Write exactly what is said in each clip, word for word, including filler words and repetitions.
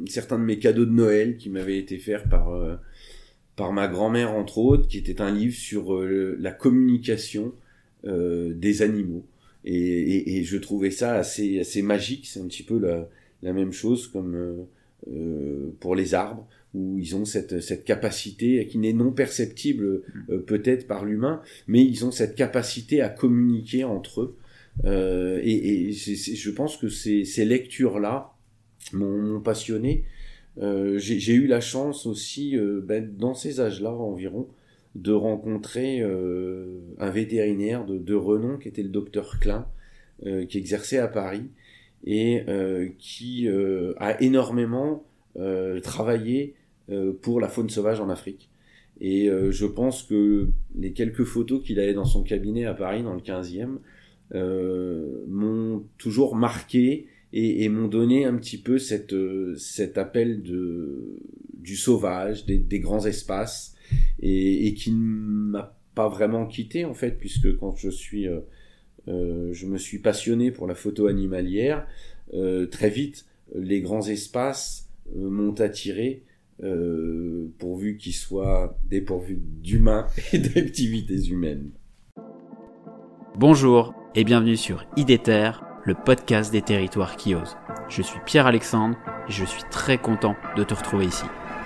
certains de mes cadeaux de Noël qui m'avaient été faits par euh, par ma grand-mère entre autres, qui était un livre sur euh, la communication euh, des animaux. Et, et, et je trouvais ça assez assez magique. C'est un petit peu la la même chose comme euh, euh, pour les arbres, où ils ont cette cette capacité qui n'est non perceptible euh, peut-être par l'humain, mais ils ont cette capacité à communiquer entre eux. Euh, et et c'est, c'est, je pense que ces ces lectures là m'ont, m'ont passionné. Euh, j'ai, j'ai eu la chance aussi, euh, ben, dans ces âges-là environ, de rencontrer euh, un vétérinaire de, de renom qui était le docteur Klein, euh, qui exerçait à Paris et euh, qui euh, a énormément euh, travaillé euh, pour la faune sauvage en Afrique. Et euh, je pense que les quelques photos qu'il avait dans son cabinet à Paris, dans le quinzième, euh, m'ont toujours marqué et, et m'ont donné un petit peu cette, cet appel de, du sauvage, des, des grands espaces, et, et qui ne m'a pas vraiment quitté en fait, puisque quand je suis, euh, euh, je me suis passionné pour la photo animalière, euh, très vite les grands espaces euh, m'ont attiré, euh, pourvu qu'ils soient dépourvus d'humains et d'activités humaines. Bonjour et bienvenue sur IDETER, le podcast des territoires qui osent. Je suis Pierre-Alexandre et je suis très content de te retrouver ici.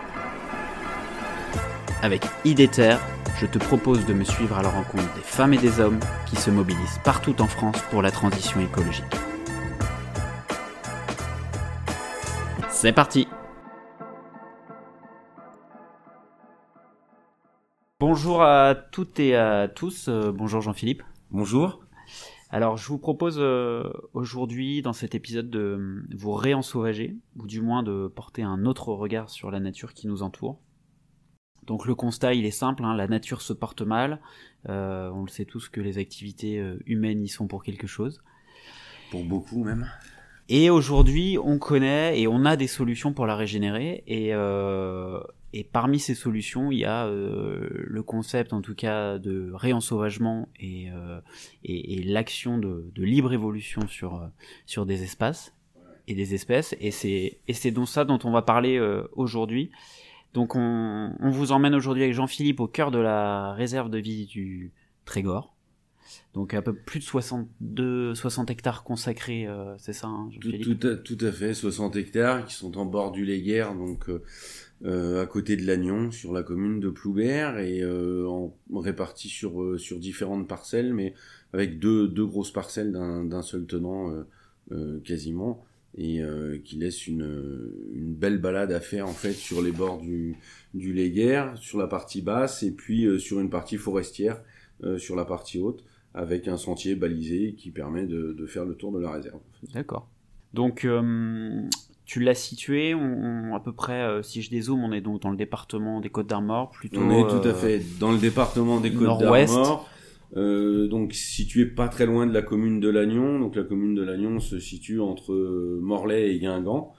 Avec IDETER, je te propose de me suivre à la rencontre des femmes et des hommes qui se mobilisent partout en France pour la transition écologique. C'est parti! Bonjour à toutes et à tous, euh, bonjour Jean-Philippe. Bonjour. Alors, je vous propose euh, aujourd'hui, dans cet épisode, de vous réensauvager, ou du moins de porter un autre regard sur la nature qui nous entoure. Donc le constat, il est simple, hein, la nature se porte mal, euh, on le sait tous que les activités euh, humaines y sont pour quelque chose. Pour beaucoup même. Et aujourd'hui, on connaît et on a des solutions pour la régénérer, et... Euh, Et parmi ces solutions, il y a euh, le concept, en tout cas, de réensauvagement et, euh, et, et l'action de, de libre évolution sur, euh, sur des espaces et des espèces. Et c'est, et c'est donc ça dont on va parler euh, aujourd'hui. Donc on, on vous emmène aujourd'hui avec Jean-Philippe au cœur de la réserve de vie du Trégor. Donc un peu plus de soixante-deux, soixante hectares consacrés, euh, c'est ça, hein, Jean-Philippe ? tout, tout, à, tout à fait, soixante hectares qui sont en bord du Léguerre, donc... Euh... Euh, à côté de Lannion, sur la commune de Ploubert, et euh, en, répartis sur euh, sur différentes parcelles, mais avec deux deux grosses parcelles d'un d'un seul tenant euh, euh, quasiment, et euh, qui laisse une une belle balade à faire en fait sur les bords du du Léguerre, sur la partie basse, et puis euh, sur une partie forestière euh, sur la partie haute, avec un sentier balisé qui permet de de faire le tour de la réserve. En fait. D'accord. Donc euh... Tu l'as situé, on, on, à peu près, euh, si je dézoome, on est donc dans le département des Côtes-d'Armor, plutôt... On est tout à fait dans le département des Côtes-d'Armor, euh, donc situé pas très loin de la commune de Lannion. Donc la commune de Lannion se situe entre Morlaix et Guingamp,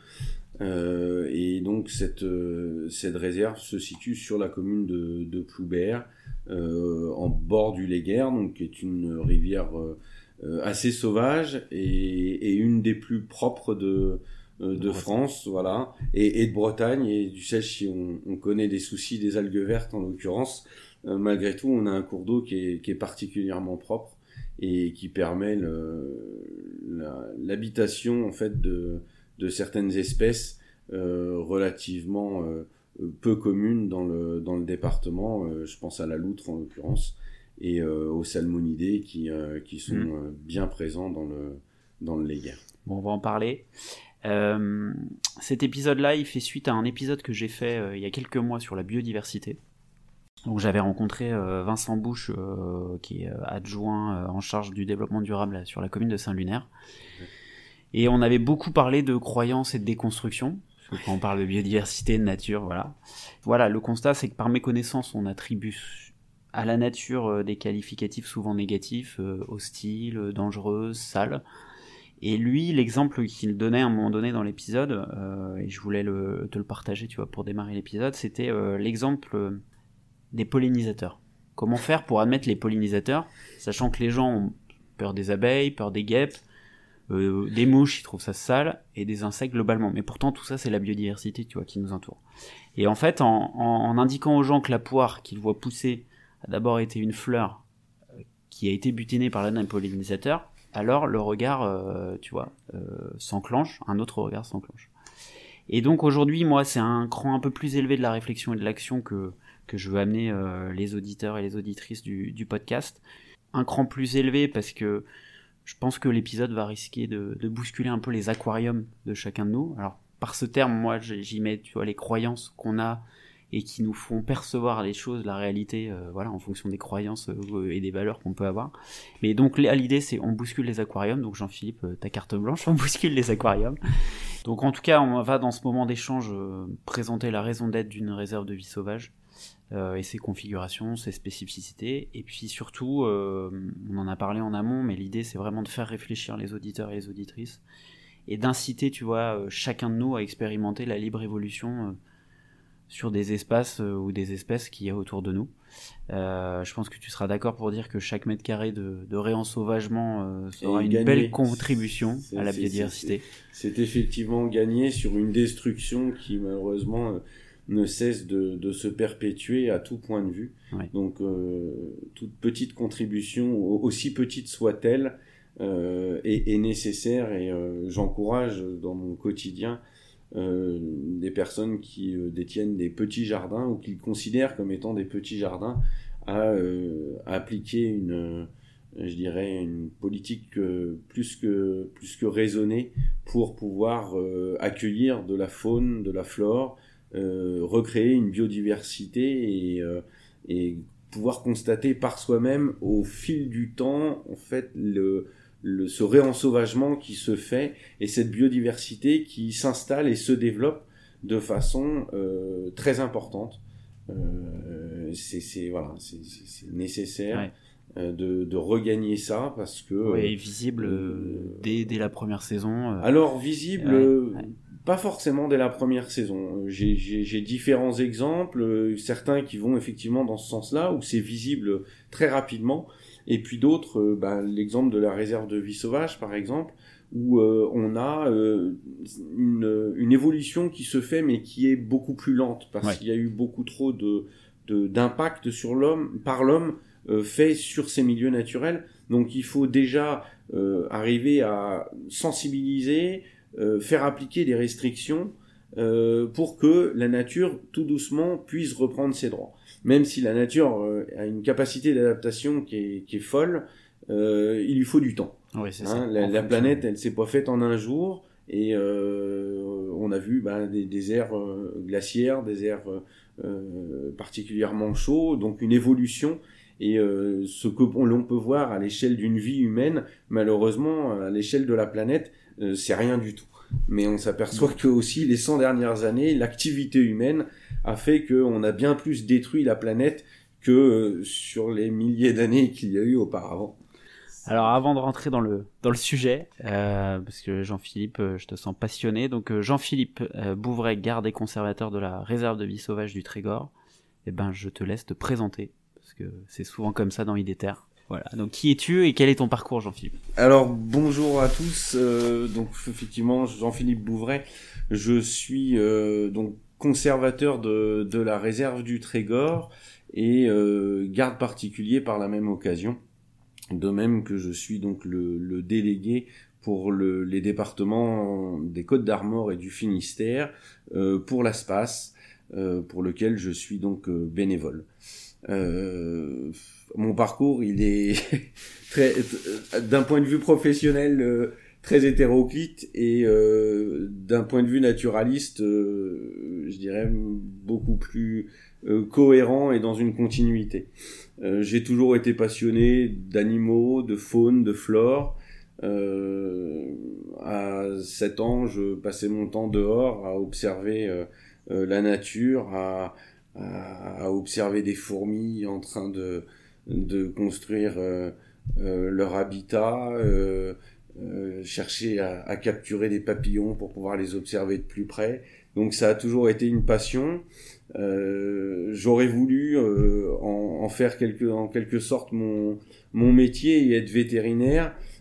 euh, et donc cette euh, cette réserve se situe sur la commune de, de Ploubert, euh, en bord du Léguerre, donc qui est une rivière euh, assez sauvage et, et une des plus propres de de France, voilà, et, et de Bretagne, et du sèche, si on, on connaît des soucis des algues vertes en l'occurrence, euh, malgré tout, on a un cours d'eau qui est, qui est particulièrement propre et qui permet le, la, l'habitation en fait de, de certaines espèces euh, relativement euh, peu communes dans le dans le département. Euh, je pense à la loutre en l'occurrence et euh, aux salmonidés qui euh, qui sont mmh. euh, bien présents dans le dans le Léguerre. Bon, on va en parler. Euh, cet épisode-là, il fait suite à un épisode que j'ai fait euh, il y a quelques mois sur la biodiversité. Donc j'avais rencontré euh, Vincent Bouche, euh, qui est adjoint euh, en charge du développement durable là, sur la commune de Saint-Lunaire. Ouais. Et on avait beaucoup parlé de croyances et de déconstruction, parce que quand on parle de biodiversité, de nature, voilà. Voilà, le constat, c'est que par méconnaissance, on attribue à la nature euh, des qualificatifs souvent négatifs, euh, hostiles, dangereuses, sales. Et lui, l'exemple qu'il donnait à un moment donné dans l'épisode, euh, et je voulais le, te le partager, tu vois, pour démarrer l'épisode, c'était euh, l'exemple des pollinisateurs. Comment faire pour admettre les pollinisateurs, sachant que les gens ont peur des abeilles, peur des guêpes, euh, des mouches, ils trouvent ça sale, et des insectes globalement. Mais pourtant, tout ça, c'est la biodiversité, tu vois, qui nous entoure. Et en fait, en, en, en indiquant aux gens que la poire qu'ils voient pousser a d'abord été une fleur euh, qui a été butinée par l'un des pollinisateurs, alors le regard, euh, tu vois, euh, s'enclenche, un autre regard s'enclenche. Et donc aujourd'hui, moi, c'est un cran un peu plus élevé de la réflexion et de l'action que, que je veux amener euh, les auditeurs et les auditrices du, du podcast. Un cran plus élevé parce que je pense que l'épisode va risquer de, de bousculer un peu les aquariums de chacun de nous. Alors, par ce terme, moi, j'y mets, tu vois, les croyances qu'on a et qui nous font percevoir les choses, la réalité, euh, voilà, en fonction des croyances euh, et des valeurs qu'on peut avoir. Mais donc, là, l'idée, c'est on bouscule les aquariums. Donc, Jean-Philippe, euh, ta carte blanche, on bouscule les aquariums. Donc, en tout cas, on va, dans ce moment d'échange, euh, présenter la raison d'être d'une réserve de vie sauvage euh, et ses configurations, ses spécificités. Et puis, surtout, euh, on en a parlé en amont, mais l'idée, c'est vraiment de faire réfléchir les auditeurs et les auditrices et d'inciter, tu vois, euh, chacun de nous à expérimenter la libre évolution euh, sur des espaces euh, ou des espèces qu'il y a autour de nous. Euh, je pense que tu seras d'accord pour dire que chaque mètre carré de, de réensauvagement euh, sera et une gagné. belle contribution c'est, à la biodiversité. C'est, c'est, c'est effectivement gagné sur une destruction qui malheureusement euh, ne cesse de, de se perpétuer à tout point de vue. Ouais. Donc euh, toute petite contribution, aussi petite soit-elle, euh, est, est nécessaire et euh, j'encourage dans mon quotidien Euh, des personnes qui euh, détiennent des petits jardins ou qui considèrent comme étant des petits jardins à, euh, à appliquer une, euh, je dirais, une politique euh, plus que plus que raisonnée pour pouvoir euh, accueillir de la faune, de la flore, euh, recréer une biodiversité et, euh, et pouvoir constater par soi-même au fil du temps en fait le Le, ce réensauvagement qui se fait et cette biodiversité qui s'installe et se développe de façon euh, très importante. Euh, c'est, c'est, voilà, c'est, c'est, c'est nécessaire ouais. euh, de, de regagner ça parce que... Oui, visible euh, dès, dès la première saison. Euh, alors, visible, ouais, ouais. pas forcément dès la première saison. J'ai, j'ai, j'ai différents exemples, certains qui vont effectivement dans ce sens-là, où c'est visible très rapidement. Et puis d'autres, euh, bah, l'exemple de la réserve de vie sauvage, par exemple, où euh, on a euh, une, une évolution qui se fait, mais qui est beaucoup plus lente, parce ouais. qu'il y a eu beaucoup trop de, de, d'impact sur l'homme, par l'homme, euh, fait sur ces milieux naturels. Donc il faut déjà euh, arriver à sensibiliser, euh, faire appliquer des restrictions, euh, pour que la nature, tout doucement, puisse reprendre ses droits. Même si la nature euh, a une capacité d'adaptation qui est, qui est folle, euh, il lui faut du temps. Oui, c'est hein, ça. La, la planète, elle s'est pas faite en un jour, et euh, on a vu bah, des, des aires euh, glaciaires, des aires euh, particulièrement chauds, donc une évolution. Et euh, ce que l'on peut voir à l'échelle d'une vie humaine, malheureusement, à l'échelle de la planète, euh, c'est rien du tout. Mais on s'aperçoit que aussi les cent dernières années, l'activité humaine a fait qu'on a bien plus détruit la planète que euh, sur les milliers d'années qu'il y a eu auparavant. Alors avant de rentrer dans le dans le sujet, euh, parce que Jean-Philippe, euh, je te sens passionné, donc euh, Jean-Philippe euh, Bouvray, garde et conservateur de la réserve de vie sauvage du Trégor, eh ben je te laisse te présenter, parce que c'est souvent comme ça dans Idéter. Voilà. Donc qui es-tu et quel est ton parcours, Jean-Philippe ? Alors bonjour à tous. Euh, donc effectivement, Jean-Philippe Bouvray, je suis euh, donc conservateur de de la réserve du Trégor et euh, garde particulier par la même occasion. De même que je suis donc le, le délégué pour le, les départements des Côtes-d'Armor et du Finistère euh, pour l'A S P A S, euh, pour lequel je suis donc euh, bénévole. Euh, mon parcours, il est très, d'un point de vue professionnel, euh, très hétéroclite et euh, d'un point de vue naturaliste, euh, je dirais beaucoup plus euh, cohérent et dans une continuité. Euh, j'ai toujours été passionné d'animaux, de faune, de flore. Euh, à sept ans, je passais mon temps dehors à observer euh, euh, la nature, à à observer des fourmis en train de de construire euh, euh, leur habitat, euh, euh, chercher à, à capturer des papillons pour pouvoir les observer de plus près. Donc ça a toujours été une passion. Euh, j'aurais voulu euh, en, en faire quelque en quelque sorte mon mon métier et être vétérinaire.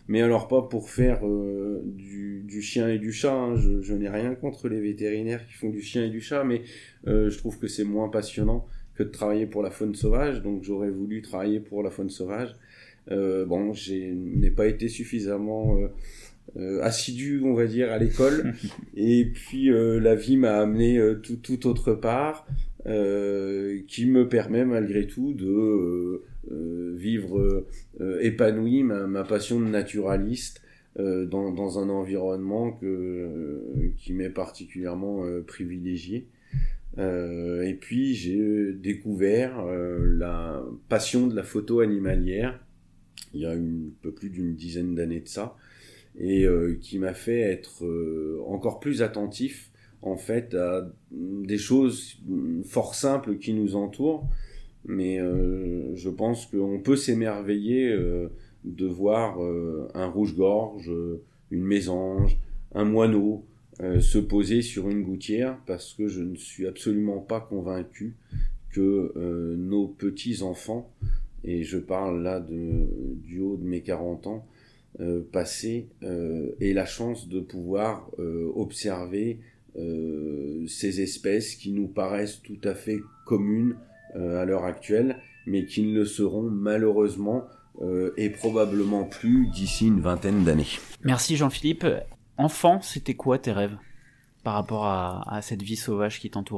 mais alors pas pour faire euh, du, du chien et du chat, hein. je, je n'ai rien contre les vétérinaires qui font du chien et du chat, mais euh, je trouve que c'est moins passionnant que de travailler pour la faune sauvage, donc j'aurais voulu travailler pour la faune sauvage. Euh, bon, je n'ai pas été suffisamment euh, euh, assidu, on va dire, à l'école, et puis euh, la vie m'a amené euh, tout, tout autre part, euh, qui me permet malgré tout de euh, euh, vivre euh, épanoui ma, ma passion de naturaliste euh, dans, dans un environnement que, euh, qui m'est particulièrement euh, privilégié. Euh, et puis j'ai découvert euh, la passion de la photo animalière il y a une, un peu plus d'une dizaine d'années de ça, et euh, qui m'a fait être euh, encore plus attentif en fait à des choses fort simples qui nous entourent, mais euh, je pense qu'on peut s'émerveiller euh, de voir euh, un rouge-gorge, une mésange, un moineau euh, se poser sur une gouttière, parce que je ne suis absolument pas convaincu que euh, nos petits-enfants, et je parle là de, du haut de mes quarante ans, euh, passés, euh, aient la chance de pouvoir euh, observer euh, ces espèces qui nous paraissent tout à fait communes euh, à l'heure actuelle, mais qui ne le seront malheureusement euh, et probablement plus d'ici une vingtaine d'années. Merci Jean-Philippe. Enfant, c'était quoi tes rêves par rapport à, à cette vie sauvage qui t'entourait ?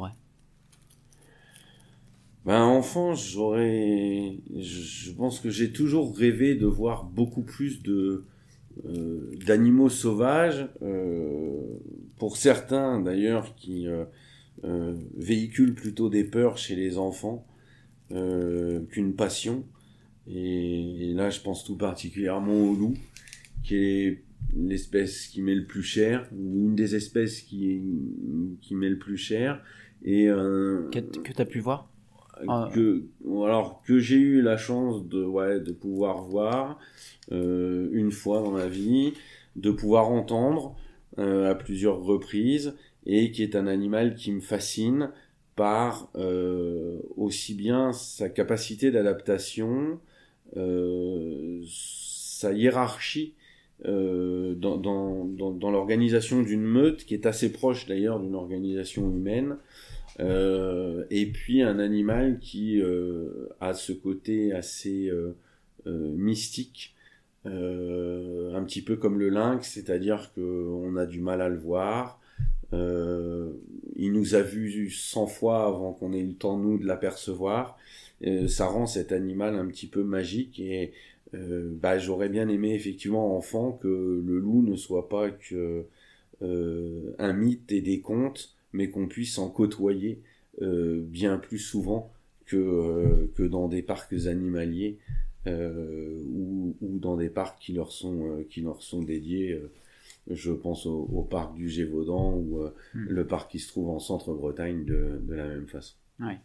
Ben, enfant, j'aurais, je pense que j'ai toujours rêvé de voir beaucoup plus de, euh, d'animaux sauvages, euh, pour certains d'ailleurs qui euh, euh, véhiculent plutôt des peurs chez les enfants euh, qu'une passion. Et, et là, je pense tout particulièrement au loup, qui est l'espèce qui m'est le plus chère, ou une des espèces qui, qui m'est le plus chère. Et euh, que, que t'as pu voir ? que alors que j'ai eu la chance de ouais de pouvoir voir euh, une fois dans ma vie, de pouvoir entendre euh, à plusieurs reprises, et qui est un animal qui me fascine par euh, aussi bien sa capacité d'adaptation, euh, sa hiérarchie euh, dans, dans, dans, dans l'organisation d'une meute, qui est assez proche d'ailleurs d'une organisation humaine. Euh, et puis un animal qui euh, a ce côté assez euh, euh, mystique, euh, un petit peu comme le lynx, c'est-à-dire qu'on a du mal à le voir. Euh, il nous a vus cent fois avant qu'on ait eu le temps, nous, de l'apercevoir. Euh, ça rend cet animal un petit peu magique, et euh, bah, j'aurais bien aimé effectivement enfant que le loup ne soit pas que euh, un mythe et des contes, mais qu'on puisse en côtoyer euh, bien plus souvent que, euh, que dans des parcs animaliers euh, ou, ou dans des parcs qui leur sont, euh, qui leur sont dédiés. Euh, je pense au, au parc du Gévaudan, ou euh, mmh. le parc qui se trouve en Centre-Bretagne de, de la même façon. Ouais.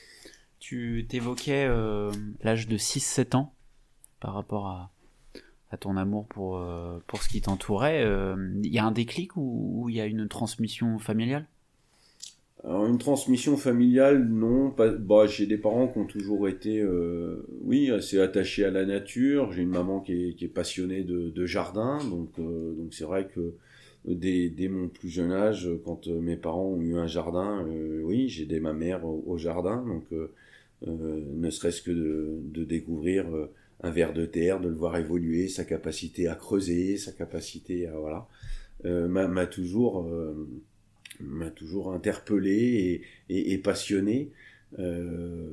Tu t'évoquais euh, l'âge de six sept ans par rapport à, à ton amour pour, euh, pour ce qui t'entourait. Il euh, y a un déclic, ou il y a une transmission familiale ? Alors, une transmission familiale, non. Pas, bah, j'ai des parents qui ont toujours été, euh, oui, assez attachés à la nature. J'ai une maman qui est, qui est passionnée de, de jardin, donc, euh, donc c'est vrai que dès, dès mon plus jeune âge, quand euh, mes parents ont eu un jardin, euh, oui, j'ai aidé ma mère au, au jardin, donc euh, euh, ne serait-ce que de, de découvrir euh, un ver de terre, de le voir évoluer, sa capacité à creuser, sa capacité à voilà, euh, m'a, m'a toujours euh, m'a toujours interpellé et, et, et passionné. Euh,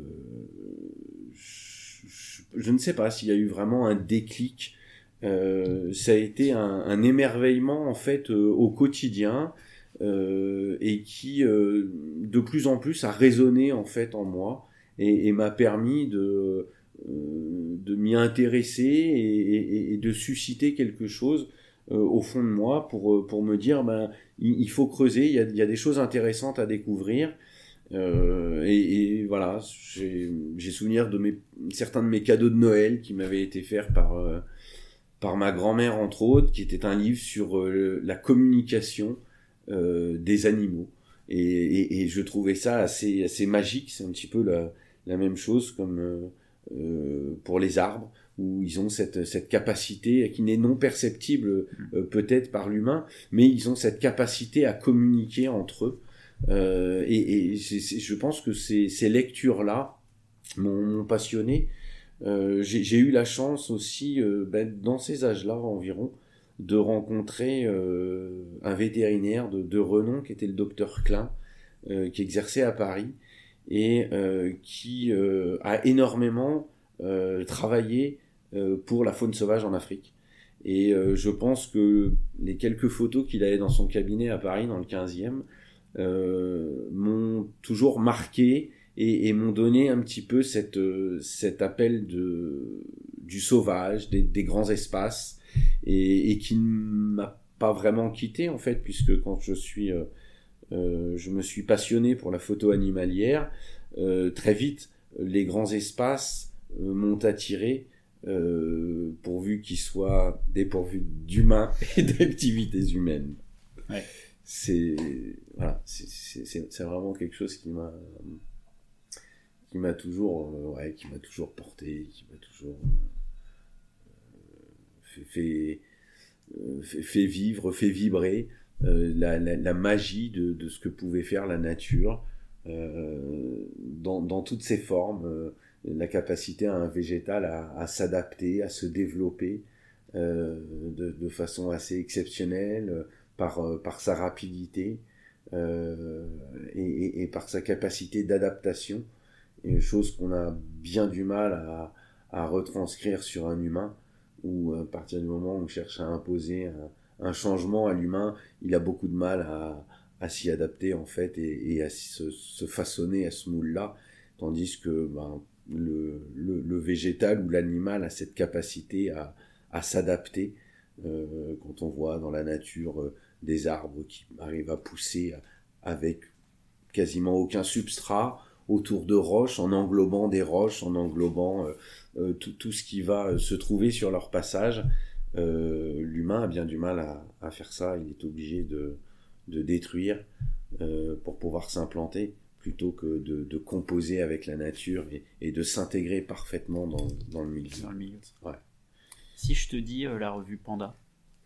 je, je, je ne sais pas s'il y a eu vraiment un déclic. Euh, ça a été un, un émerveillement en fait euh, au quotidien, euh, et qui euh, de plus en plus a résonné en fait en moi, et, et m'a permis de euh, de m'y intéresser, et, et, et de susciter quelque chose euh, au fond de moi pour pour me dire ben il, il faut creuser, il y a il y a des choses intéressantes à découvrir. Euh, et, et voilà, j'ai j'ai souvenir de mes certains de mes cadeaux de Noël qui m'avaient été faits par euh, par ma grand-mère entre autres, qui était un livre sur euh, la communication euh, des animaux, et, et, et je trouvais ça assez assez magique. C'est un petit peu la la même chose comme euh, euh, pour les arbres, où ils ont cette, cette capacité qui n'est non perceptible euh, peut-être par l'humain, mais ils ont cette capacité à communiquer entre eux. Euh, et et c'est, c'est, je pense que ces, ces lectures-là m'ont, m'ont passionné. Euh, j'ai, j'ai eu la chance aussi, euh, ben, dans ces âges-là environ, de rencontrer euh, un vétérinaire de, de renom qui était le docteur Klein, euh, qui exerçait à Paris et euh, qui euh, a énormément euh, travaillé euh, pour la faune sauvage en Afrique. Et euh, je pense que les quelques photos qu'il avait dans son cabinet à Paris, dans le quinzième, euh, m'ont toujours marqué et, et m'ont donné un petit peu cette, cet appel de, du sauvage, des, des grands espaces, et, et qui ne m'a pas vraiment quitté en fait, puisque quand je suis, euh, euh, je me suis passionné pour la photo animalière, euh, très vite les grands espaces euh, m'ont attiré, euh, pourvu qu'ils soient dépourvus d'humains et d'activités humaines. Ouais. C'est voilà, c'est, c'est, c'est, c'est vraiment quelque chose qui m'a qui m'a toujours euh, ouais, qui m'a toujours porté, qui m'a toujours euh, fait, fait, euh, fait fait vivre, fait vibrer euh, la, la, la magie de, de ce que pouvait faire la nature euh, dans, dans toutes ses formes, euh, la capacité à un végétal à, à s'adapter, à se développer euh, de, de façon assez exceptionnelle, par, par sa rapidité euh, et, et, et par sa capacité d'adaptation, une chose qu'on a bien du mal à, à retranscrire sur un humain, où à partir du moment où on cherche à imposer un, un changement à l'humain, il a beaucoup de mal à, à s'y adapter en fait, et, et à se, se façonner à ce moule-là, tandis que ben, le, le, le végétal ou l'animal a cette capacité à, à s'adapter. Euh, quand on voit dans la nature euh, des arbres qui arrivent à pousser avec quasiment aucun substrat autour de roches, en englobant des roches, en englobant euh, euh, tout, tout ce qui va se trouver sur leur passage. Euh, l'humain a bien du mal à, à faire ça, il est obligé de, de détruire euh, pour pouvoir s'implanter, plutôt que de, de composer avec la nature et, et de s'intégrer parfaitement dans, dans le milieu. Dans le milieu. Ouais. Si je te dis euh, la revue Panda.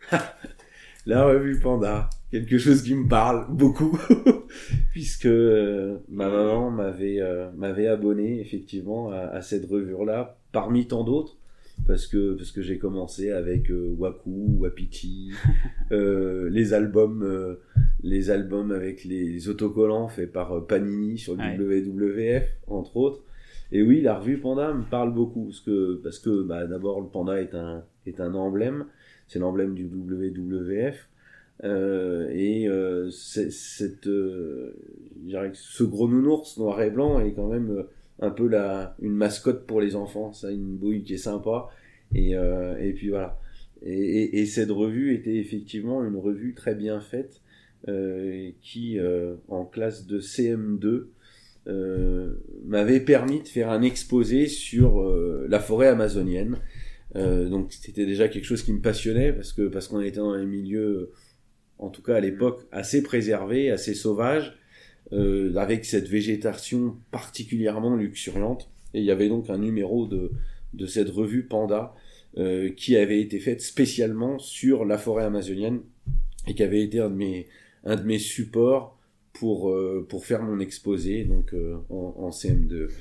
La revue Panda, quelque chose qui me parle beaucoup, puisque euh, ma maman m'avait euh, m'avait abonné effectivement à, à cette revue-là, parmi tant d'autres, parce que parce que j'ai commencé avec euh, Waku, Wapiti, euh, les albums euh, les albums avec les, les autocollants faits par euh, Panini sur le ouais. W W F entre autres. Et oui, la revue Panda me parle beaucoup, parce que, parce que bah, d'abord, le panda est un, est un emblème, c'est l'emblème du W W F, euh, et euh, c'est, cette, euh, je dirais que ce gros nounours noir et blanc est quand même euh, un peu la, une mascotte pour les enfants, ça, une bouille qui est sympa, et, euh, et puis voilà. Et, et, et cette revue était effectivement une revue très bien faite, euh, qui, euh, en classe de C M deux, Euh, m'avait permis de faire un exposé sur euh, la forêt amazonienne. Euh, donc c'était déjà quelque chose qui me passionnait, parce que parce qu'on était dans un milieu, en tout cas à l'époque, assez préservé, assez sauvage, euh, avec cette végétation particulièrement luxuriante. Et il y avait donc un numéro de de cette revue Panda euh, qui avait été faite spécialement sur la forêt amazonienne, et qui avait été un de mes un de mes supports pour euh, pour faire mon exposé, donc euh, en, en C M deux.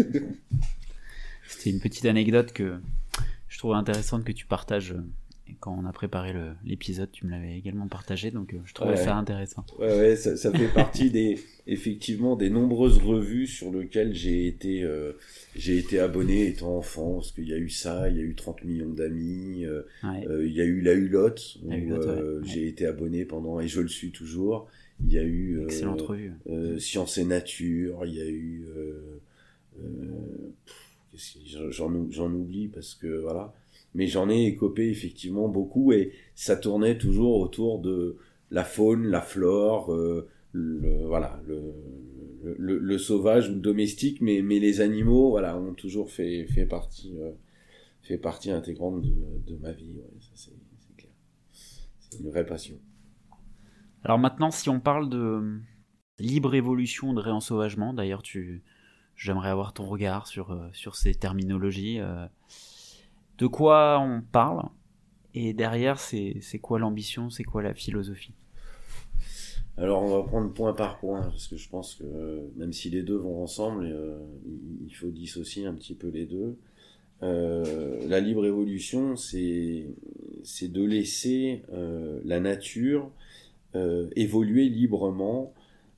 C'était une petite anecdote que je trouve intéressante que tu partages. Et quand on a préparé le, l'épisode, tu me l'avais également partagé, donc euh, je trouvais ouais. ça intéressant. Ouais, ouais, ça, ça fait partie des effectivement des nombreuses revues sur lesquelles j'ai été euh, j'ai été abonné étant enfant, parce qu'il y a eu ça, il y a eu trente millions d'amis, euh, ouais. euh, il y a eu la Hulotte, où, la Hulotte euh, ouais. j'ai été abonné pendant, et je le suis toujours. Il y a eu euh, excellente revue. Euh, Science et Nature, il y a eu euh, euh, pff, j'en, j'en oublie parce que voilà, mais j'en ai écopé effectivement beaucoup, et ça tournait toujours autour de la faune, la flore, euh, le, voilà, le, le, le, le sauvage ou le domestique, mais, mais les animaux, voilà, ont toujours fait, fait partie, euh, fait partie intégrante de, de ma vie. Ouais, ça c'est, c'est clair. C'est une vraie passion. Alors maintenant, si on parle de libre évolution, de réensauvagement, d'ailleurs, tu, j'aimerais avoir ton regard sur, sur ces terminologies. Euh, de quoi on parle, et derrière, c'est, c'est quoi l'ambition, c'est quoi la philosophie? Alors, on va prendre point par point, parce que je pense que euh, même si les deux vont ensemble, euh, il, il faut dissocier un petit peu les deux. Euh, la libre évolution, c'est, c'est de laisser euh, la nature euh, évoluer librement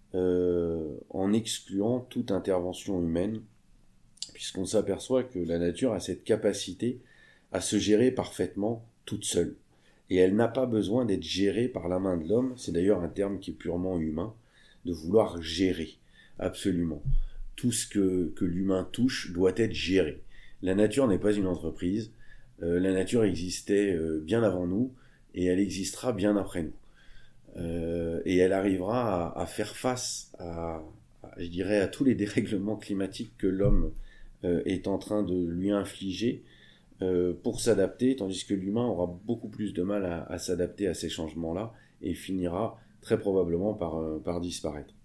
euh, en excluant toute intervention humaine, puisqu'on s'aperçoit que la nature a cette capacité à se gérer parfaitement toute seule. Et elle n'a pas besoin d'être gérée par la main de l'homme, c'est d'ailleurs un terme qui est purement humain, de vouloir gérer, absolument. Tout ce que, que l'humain touche doit être géré. La nature n'est pas une entreprise, euh, la nature existait euh, bien avant nous, et elle existera bien après nous. Euh, et elle arrivera à, à faire face à, à, je dirais, à tous les dérèglements climatiques que l'homme euh, est en train de lui infliger, Euh, pour s'adapter, tandis que l'humain aura beaucoup plus de mal à, à s'adapter à ces changements-là et finira très probablement par, euh, par disparaître.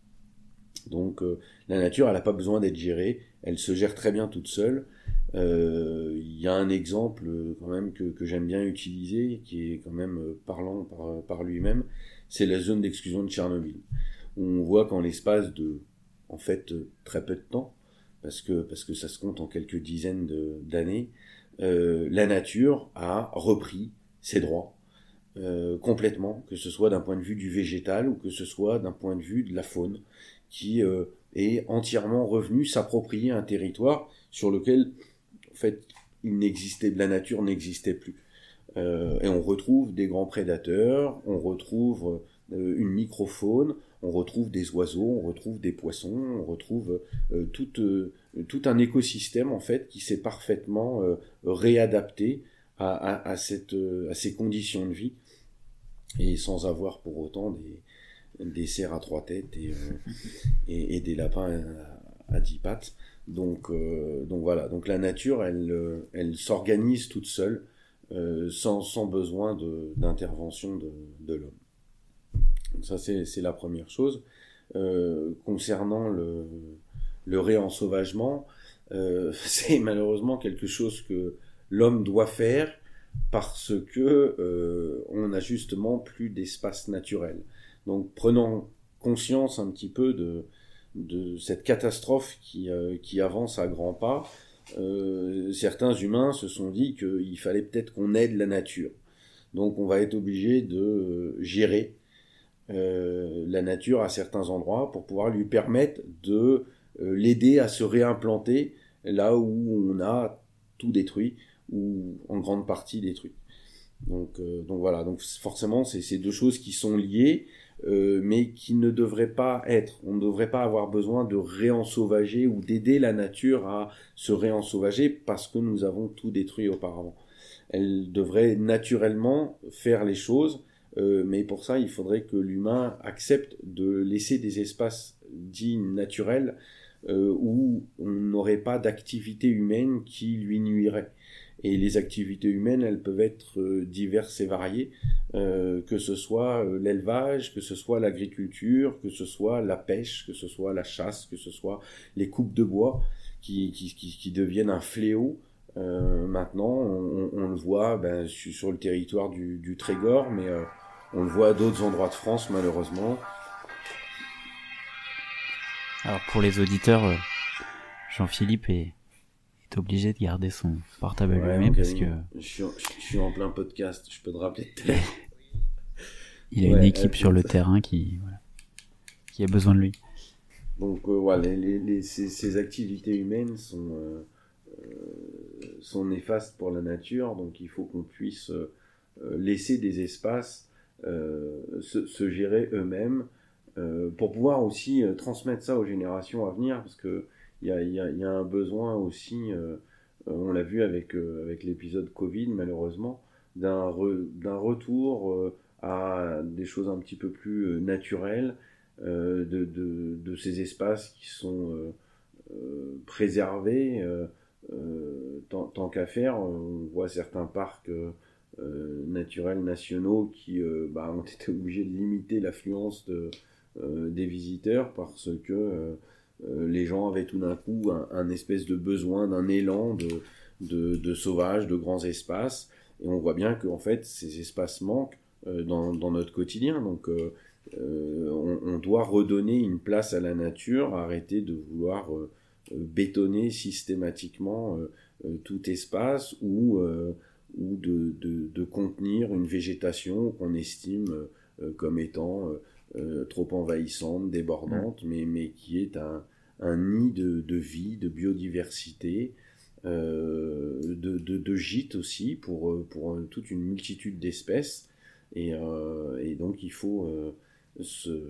Donc euh, la nature, elle n'a pas besoin d'être gérée, elle se gère très bien toute seule. Il euh, y a un exemple euh, quand même que, que j'aime bien utiliser, qui est quand même euh, parlant par, par lui-même, c'est la zone d'exclusion de Tchernobyl. Où on voit qu'en l'espace de, en fait, euh, très peu de temps, parce que, parce que ça se compte en quelques dizaines de, d'années, Euh, la nature a repris ses droits euh, complètement, que ce soit d'un point de vue du végétal ou que ce soit d'un point de vue de la faune, qui euh, est entièrement revenue s'approprier un territoire sur lequel, en fait, il n'existait, la nature n'existait plus. Euh, et on retrouve des grands prédateurs, on retrouve euh, une microfaune, on retrouve des oiseaux, on retrouve des poissons, on retrouve euh, tout, euh, tout un écosystème en fait qui s'est parfaitement euh, réadapté à, à, à, cette, euh, à ces conditions de vie et sans avoir pour autant des, des cerfs à trois têtes et, euh, et, et des lapins à, à dix pattes. Donc, euh, donc voilà, donc la nature elle, elle s'organise toute seule. Euh, sans, sans besoin de, d'intervention de, de l'homme. Donc ça, c'est, c'est la première chose. Euh, concernant le, le réensauvagement, euh, c'est malheureusement quelque chose que l'homme doit faire parce que euh, on n'a justement plus d'espace naturel. Donc prenons conscience un petit peu de, de cette catastrophe qui, euh, qui avance à grands pas. Euh, certains humains se sont dit qu'il fallait peut-être qu'on aide la nature. Donc on va être obligé de euh, gérer euh, la nature à certains endroits pour pouvoir lui permettre de euh, l'aider à se réimplanter là où on a tout détruit ou en grande partie détruit. Donc, euh, donc voilà, donc forcément c'est ces deux choses qui sont liées, euh, mais qui ne devraient pas être. On ne devrait pas avoir besoin de réensauvager ou d'aider la nature à se réensauvager parce que nous avons tout détruit auparavant. Elle devrait naturellement faire les choses, euh, mais pour ça il faudrait que l'humain accepte de laisser des espaces dits naturels euh, où on n'aurait pas d'activité humaine qui lui nuirait. Et les activités humaines, elles peuvent être euh, diverses et variées, euh, que ce soit euh, l'élevage, que ce soit l'agriculture, que ce soit la pêche, que ce soit la chasse, que ce soit les coupes de bois qui, qui, qui, qui deviennent un fléau. Euh, maintenant, on, on le voit ben, sur le territoire du, du Trégor, mais euh, on le voit à d'autres endroits de France, malheureusement. Alors pour les auditeurs, euh, Jean-Philippe est... est obligé de garder son portable ouais, allumé parce que je suis, en, je suis en plein podcast, je peux te rappeler. Il a ouais, une équipe euh, sur le terrain qui, voilà, qui a besoin de lui. Donc euh, voilà, les, les, ces, ces activités humaines sont, euh, euh, sont néfastes pour la nature, donc il faut qu'on puisse euh, laisser des espaces euh, se, se gérer eux-mêmes euh, pour pouvoir aussi euh, transmettre ça aux générations à venir, parce que il y a, y, a, y a un besoin aussi, euh, on l'a vu avec, euh, avec l'épisode Covid malheureusement, d'un, re, d'un retour euh, à des choses un petit peu plus euh, naturelles, euh, de, de, de ces espaces qui sont euh, euh, préservés, euh, euh, tant, tant qu'à faire. On voit certains parcs euh, euh, naturels nationaux qui euh, bah, ont été obligés de limiter l'affluence de, euh, des visiteurs parce que euh, euh, les gens avaient tout d'un coup un, un espèce de besoin, d'un élan de, de, de sauvage, de grands espaces. Et on voit bien qu'en fait, ces espaces manquent euh, dans, dans notre quotidien. Donc, euh, euh, on, on doit redonner une place à la nature, arrêter de vouloir euh, bétonner systématiquement euh, euh, tout espace ou, euh, ou de, de, de contenir une végétation qu'on estime euh, comme étant euh, euh, trop envahissante, débordante, mmh. mais, mais qui est un, un nid de, de vie, de biodiversité, euh, de, de, de gîtes aussi pour, pour toute une multitude d'espèces. Et, euh, et donc il faut euh, se,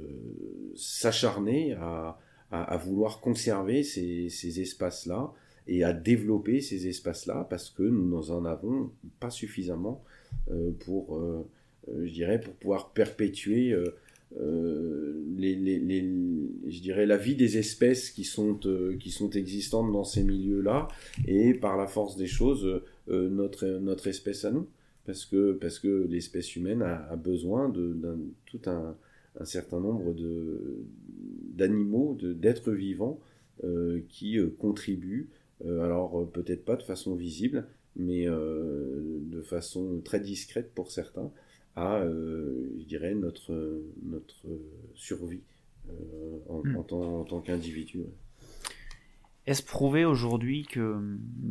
s'acharner à, à, à vouloir conserver ces, ces espaces-là et à développer ces espaces-là parce que nous n'en avons pas suffisamment euh, pour, euh, je dirais, pour pouvoir perpétuer euh, euh, les, les, les, je dirais, la vie des espèces qui sont, euh, qui sont existantes dans ces milieux-là et par la force des choses, euh, notre, notre espèce à nous. Parce que, parce que l'espèce humaine a, a besoin de d'un, tout un, un certain nombre de, d'animaux, de, d'êtres vivants euh, qui euh, contribuent, euh, alors euh, peut-être pas de façon visible, mais euh, de façon très discrète pour certains, à, euh, je dirais, notre, notre survie euh, en, mmh. en, tant, en tant qu'individu. Ouais. Est-ce prouvé aujourd'hui que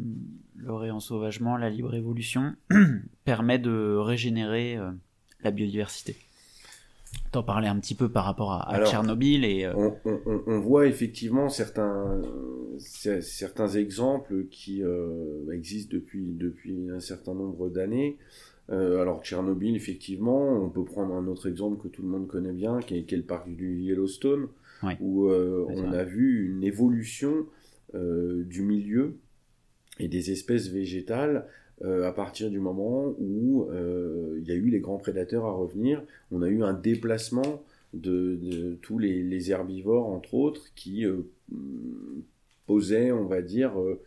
le réensauvagement, la libre évolution permet de régénérer euh, la biodiversité ? T'en parlais un petit peu par rapport à, à Alors, Tchernobyl et euh... on, on, on voit effectivement certains certains exemples qui euh, existent depuis depuis un certain nombre d'années. Euh, alors Tchernobyl, effectivement, on peut prendre un autre exemple que tout le monde connaît bien, qui est, qui est le parc du Yellowstone, oui. où euh, on a vu une évolution euh, du milieu et des espèces végétales euh, à partir du moment où euh, il y a eu les grands prédateurs à revenir. On a eu un déplacement de, de tous les, les herbivores, entre autres, qui euh, posaient, on va dire, euh,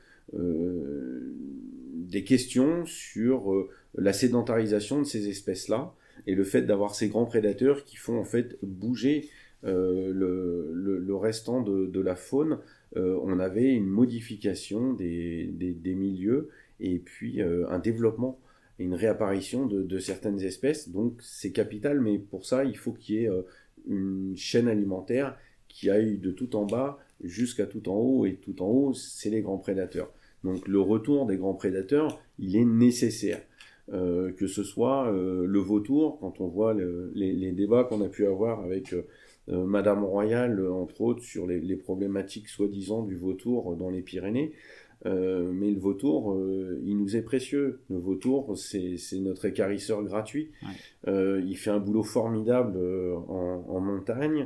euh, des questions sur euh, la sédentarisation de ces espèces-là et le fait d'avoir ces grands prédateurs qui font en fait bouger euh, le, le, le restant de, de la faune. Euh, on avait une modification des, des, des milieux et puis euh, un développement et une réapparition de, de certaines espèces. Donc c'est capital, mais pour ça, il faut qu'il y ait euh, une chaîne alimentaire qui aille de tout en bas jusqu'à tout en haut, et tout en haut, c'est les grands prédateurs. Donc le retour des grands prédateurs, il est nécessaire. Euh, que ce soit euh, le vautour, quand on voit le, les, les débats qu'on a pu avoir avec euh, euh, Madame Royal, entre autres, sur les, les problématiques soi-disant du vautour dans les Pyrénées. Euh, mais le vautour, euh, il nous est précieux. Le vautour, c'est, c'est notre équarrisseur gratuit. Ouais. Euh, il fait un boulot formidable euh, en, en montagne.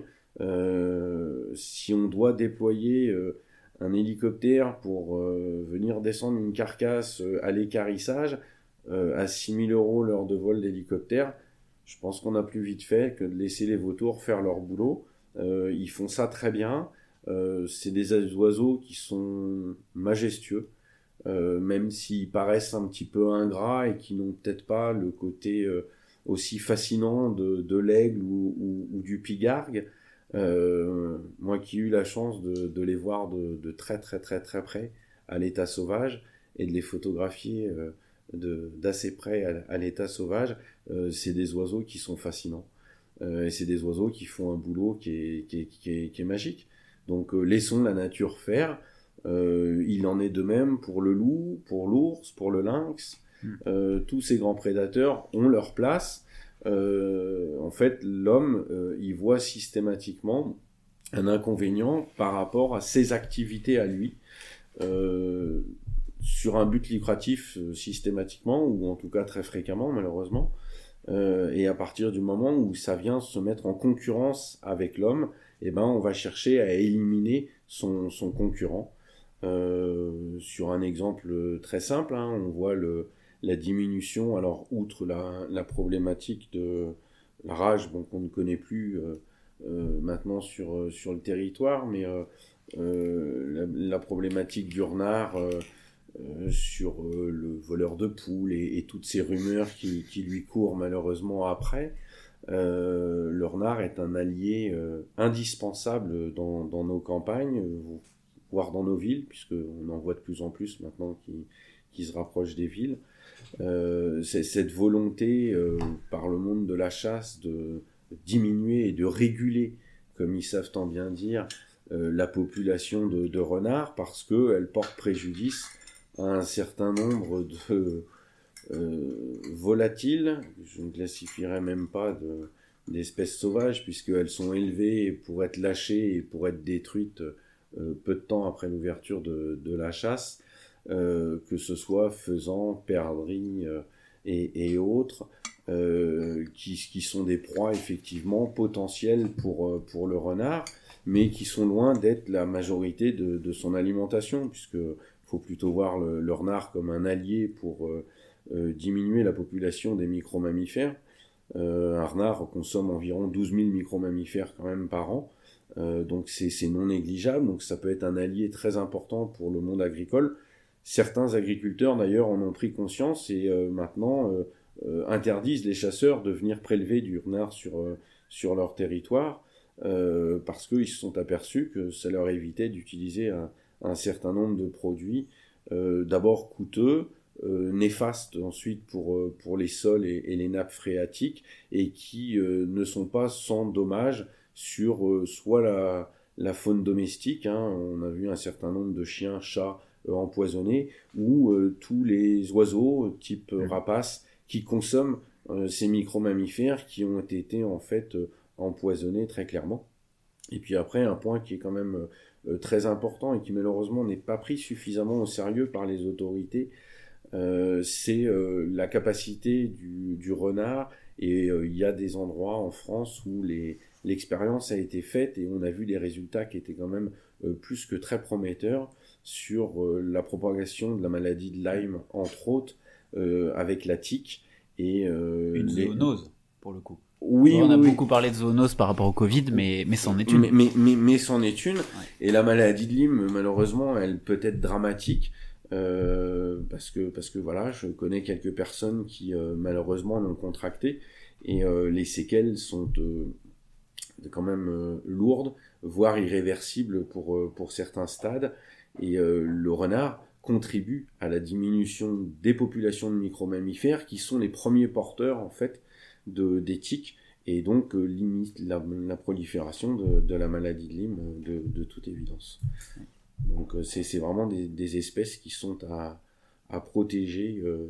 Euh, si on doit déployer euh, un hélicoptère pour euh, venir descendre une carcasse euh, à l'équarrissage, euh, à six mille euros l'heure de vol d'hélicoptère, je pense qu'on a plus vite fait que de laisser les vautours faire leur boulot. Euh, ils font ça très bien. Euh, c'est des oiseaux qui sont majestueux, euh, même s'ils paraissent un petit peu ingrats et qui n'ont peut-être pas le côté euh, aussi fascinant de, de l'aigle ou, ou, ou du pigargue. Euh, moi qui ai eu la chance de, de les voir de, de très très très très près à l'état sauvage et de les photographier euh, de, d'assez près à, à l'état sauvage, euh, c'est des oiseaux qui sont fascinants. Euh, et c'est des oiseaux qui font un boulot qui est, qui est, qui est, qui est magique. Donc euh, laissons la nature faire. Euh, il en est de même pour le loup, pour l'ours, pour le lynx. Mmh. Euh, tous ces grands prédateurs ont leur place. Euh, en fait, l'homme, euh, il voit systématiquement un inconvénient par rapport à ses activités à lui, euh, sur un but lucratif euh, systématiquement, ou en tout cas très fréquemment, malheureusement. Euh, et à partir du moment où ça vient se mettre en concurrence avec l'homme, eh ben, on va chercher à éliminer son, son concurrent. Euh, sur un exemple très simple, hein, on voit le, la diminution, alors outre la, la problématique de la rage, bon, qu'on ne connaît plus euh, euh, maintenant sur, sur le territoire, mais euh, euh, la, la problématique du renard euh, euh, sur euh, le voleur de poules et, et toutes ces rumeurs qui, qui lui courent malheureusement après. Euh, le renard est un allié euh, indispensable dans, dans nos campagnes, euh, voire dans nos villes, puisqu'on en voit de plus en plus maintenant qui, qui se rapprochent des villes. Euh, c'est cette volonté euh, par le monde de la chasse de diminuer et de réguler, comme ils savent tant bien dire, euh, la population de, de renards, parce qu'elle porte préjudice à un certain nombre de euh, volatiles, je ne classifierais même pas de, d'espèces sauvages, puisqu'elles sont élevées pour être lâchées et pour être détruites euh, peu de temps après l'ouverture de, de la chasse, euh, que ce soit faisans, perdrix euh, et, et autres, euh, qui, qui sont des proies effectivement potentielles pour, pour le renard, mais qui sont loin d'être la majorité de, de son alimentation, puisque faut plutôt voir le, le renard comme un allié pour euh, euh, diminuer la population des micro-mammifères. Euh, un renard consomme environ douze mille micro-mammifères quand même par an, euh, donc c'est, c'est non négligeable, donc ça peut être un allié très important pour le monde agricole. Certains agriculteurs d'ailleurs en ont pris conscience et euh, maintenant euh, euh, interdisent les chasseurs de venir prélever du renard sur, euh, sur leur territoire, euh, parce qu'ils se sont aperçus que ça leur évitait d'utiliser un, un certain nombre de produits, euh, d'abord coûteux, euh, néfastes ensuite pour, euh, pour les sols et, et les nappes phréatiques, et qui euh, ne sont pas sans dommage sur euh, soit la, la faune domestique, hein, on a vu un certain nombre de chiens, chats euh, empoisonnés, ou euh, tous les oiseaux type euh, rapaces qui consomment euh, ces micro-mammifères qui ont été en fait euh, empoisonnés très clairement. Et puis après, un point qui est quand même euh, très important et qui malheureusement n'est pas pris suffisamment au sérieux par les autorités, euh, c'est euh, la capacité du, du renard. Et euh, il y a des endroits en France où les, l'expérience a été faite et on a vu des résultats qui étaient quand même euh, plus que très prometteurs sur euh, la propagation de la maladie de Lyme, entre autres, euh, avec la tique. Et, euh, une les... zoonose, pour le coup. Oui, on a oui, beaucoup oui. parlé de zoonose par rapport au Covid, mais, mais c'en est une. Mais, mais, mais, mais c'en est une. Ouais. Et la maladie de Lyme, malheureusement, elle peut être dramatique. Euh, parce que, parce que voilà, je connais quelques personnes qui, euh, malheureusement, l'ont contracté. Et euh, les séquelles sont euh, quand même euh, lourdes, voire irréversibles pour, euh, pour certains stades. Et euh, le renard contribue à la diminution des populations de micro-mammifères qui sont les premiers porteurs, en fait, de, des tiques, et donc euh, limite la, la prolifération de, de la maladie de Lyme, de, de toute évidence. Donc euh, c'est, c'est vraiment des, des espèces qui sont à, à protéger euh,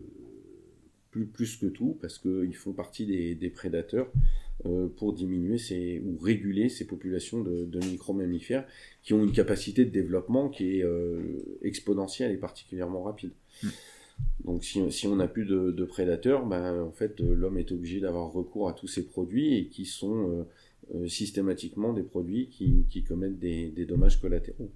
plus, plus que tout, parce qu'ils font partie des, des prédateurs euh, pour diminuer ces, ou réguler ces populations de, de micro-mammifères qui ont une capacité de développement qui est euh, exponentielle et particulièrement rapide. Mmh. Donc si, si on n'a plus de, de prédateurs, ben, en fait, l'homme est obligé d'avoir recours à tous ces produits et qui sont euh, euh, systématiquement des produits qui, qui commettent des, des dommages collatéraux.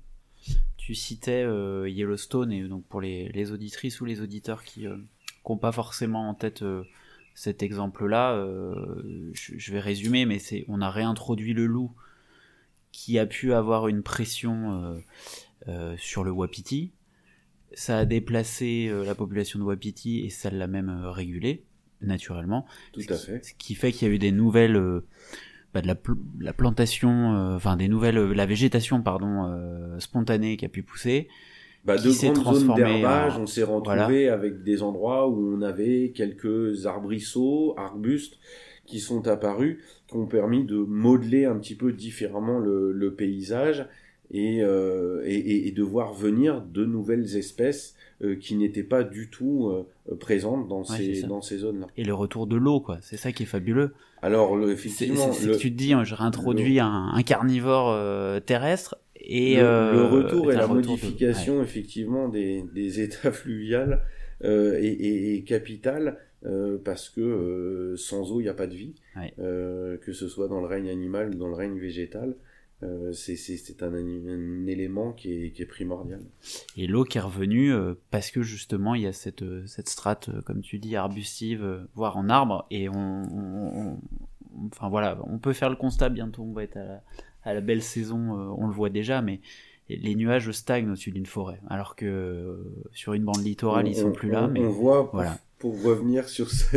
Tu citais euh, Yellowstone, et donc pour les, les auditrices ou les auditeurs qui n'ont euh, pas forcément en tête euh, cet exemple-là, euh, je, je vais résumer, mais c'est, on a réintroduit le loup qui a pu avoir une pression euh, euh, sur le wapiti. Ça a déplacé euh, la population de wapiti et ça l'a même euh, régulé, naturellement. Tout ce à qui, fait. Ce qui fait qu'il y a eu des nouvelles... Euh, bah, de la, pl- la plantation, enfin euh, des nouvelles... Euh, la végétation, pardon, euh, spontanée qui a pu pousser. Bah, de grandes zones d'herbage, en... on s'est retrouvé voilà. avec des endroits où on avait quelques arbrisseaux, arbustes, qui sont apparus, qui ont permis de modeler un petit peu différemment le, le paysage, et, euh, et, et de voir venir de nouvelles espèces euh, qui n'étaient pas du tout euh, présentes dans, ouais, ces, dans ces zones-là. Et le retour de l'eau, quoi, c'est ça qui est fabuleux. Alors, le, effectivement... C'est, c'est, c'est le, que tu te dis, hein, je réintroduis le, un, un carnivore euh, terrestre, et... Le, euh, le retour et la retour modification, de... ouais. effectivement, des, des états fluviales euh, et, et, et capitales, euh, parce que euh, sans eau, il n'y a pas de vie, ouais. euh, que ce soit dans le règne animal ou dans le règne végétal. Euh, c'est, c'est, c'est un, un élément qui est, qui est primordial. Et l'eau qui est revenue euh, parce que justement il y a cette, cette strate, euh, comme tu dis, arbustive, euh, voire en arbre, et on, on, on, enfin voilà, on peut faire le constat, bientôt on va être à la, à la belle saison, euh, on le voit déjà, mais les nuages stagnent au-dessus d'une forêt, alors que euh, sur une bande littorale on, ils sont on, plus là. On, mais on voit, pour, voilà. pour revenir sur ce,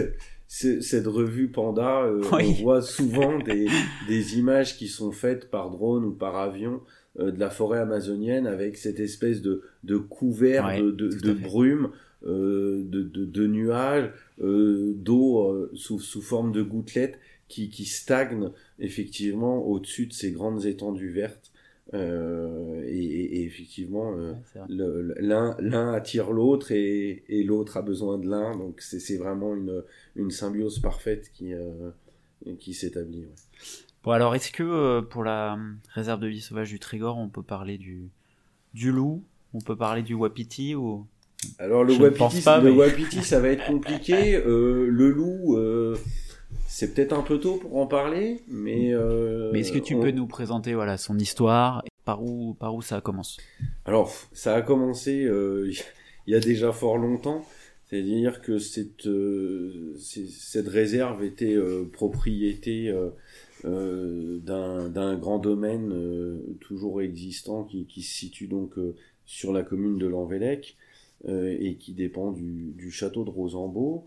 cette revue Panda, euh, oui. on voit souvent des, des images qui sont faites par drone ou par avion euh, de la forêt amazonienne avec cette espèce de, de couvert ouais, de, de, de brume, euh, de, de, de nuages, euh, d'eau euh, sous, sous forme de gouttelettes qui, qui stagnent effectivement au-dessus de ces grandes étendues vertes. Euh, et, et, et effectivement, euh, ouais, le, l'un, l'un attire l'autre et, et l'autre a besoin de l'un. Donc c'est, c'est vraiment une, une symbiose parfaite qui, euh, qui s'établit. Ouais. Bon, alors est-ce que euh, pour la réserve de vie sauvage du Trégor, on peut parler du, du loup, on peut parler du wapiti ou... Alors le wapiti, pas, le mais... wapiti, ça va être compliqué. Euh, le loup, euh, c'est peut-être un peu tôt pour en parler, mais. Euh, mais est-ce que tu on... peux nous présenter voilà son histoire, par où par où ça commence? Alors ça a commencé euh, il y a déjà fort longtemps. C'est-à-dire que cette euh, cette réserve était euh, propriété euh, euh, d'un d'un grand domaine euh, toujours existant qui qui se situe donc euh, sur la commune de Lanvellec. Euh, et qui dépend du, du château de Rosambeau.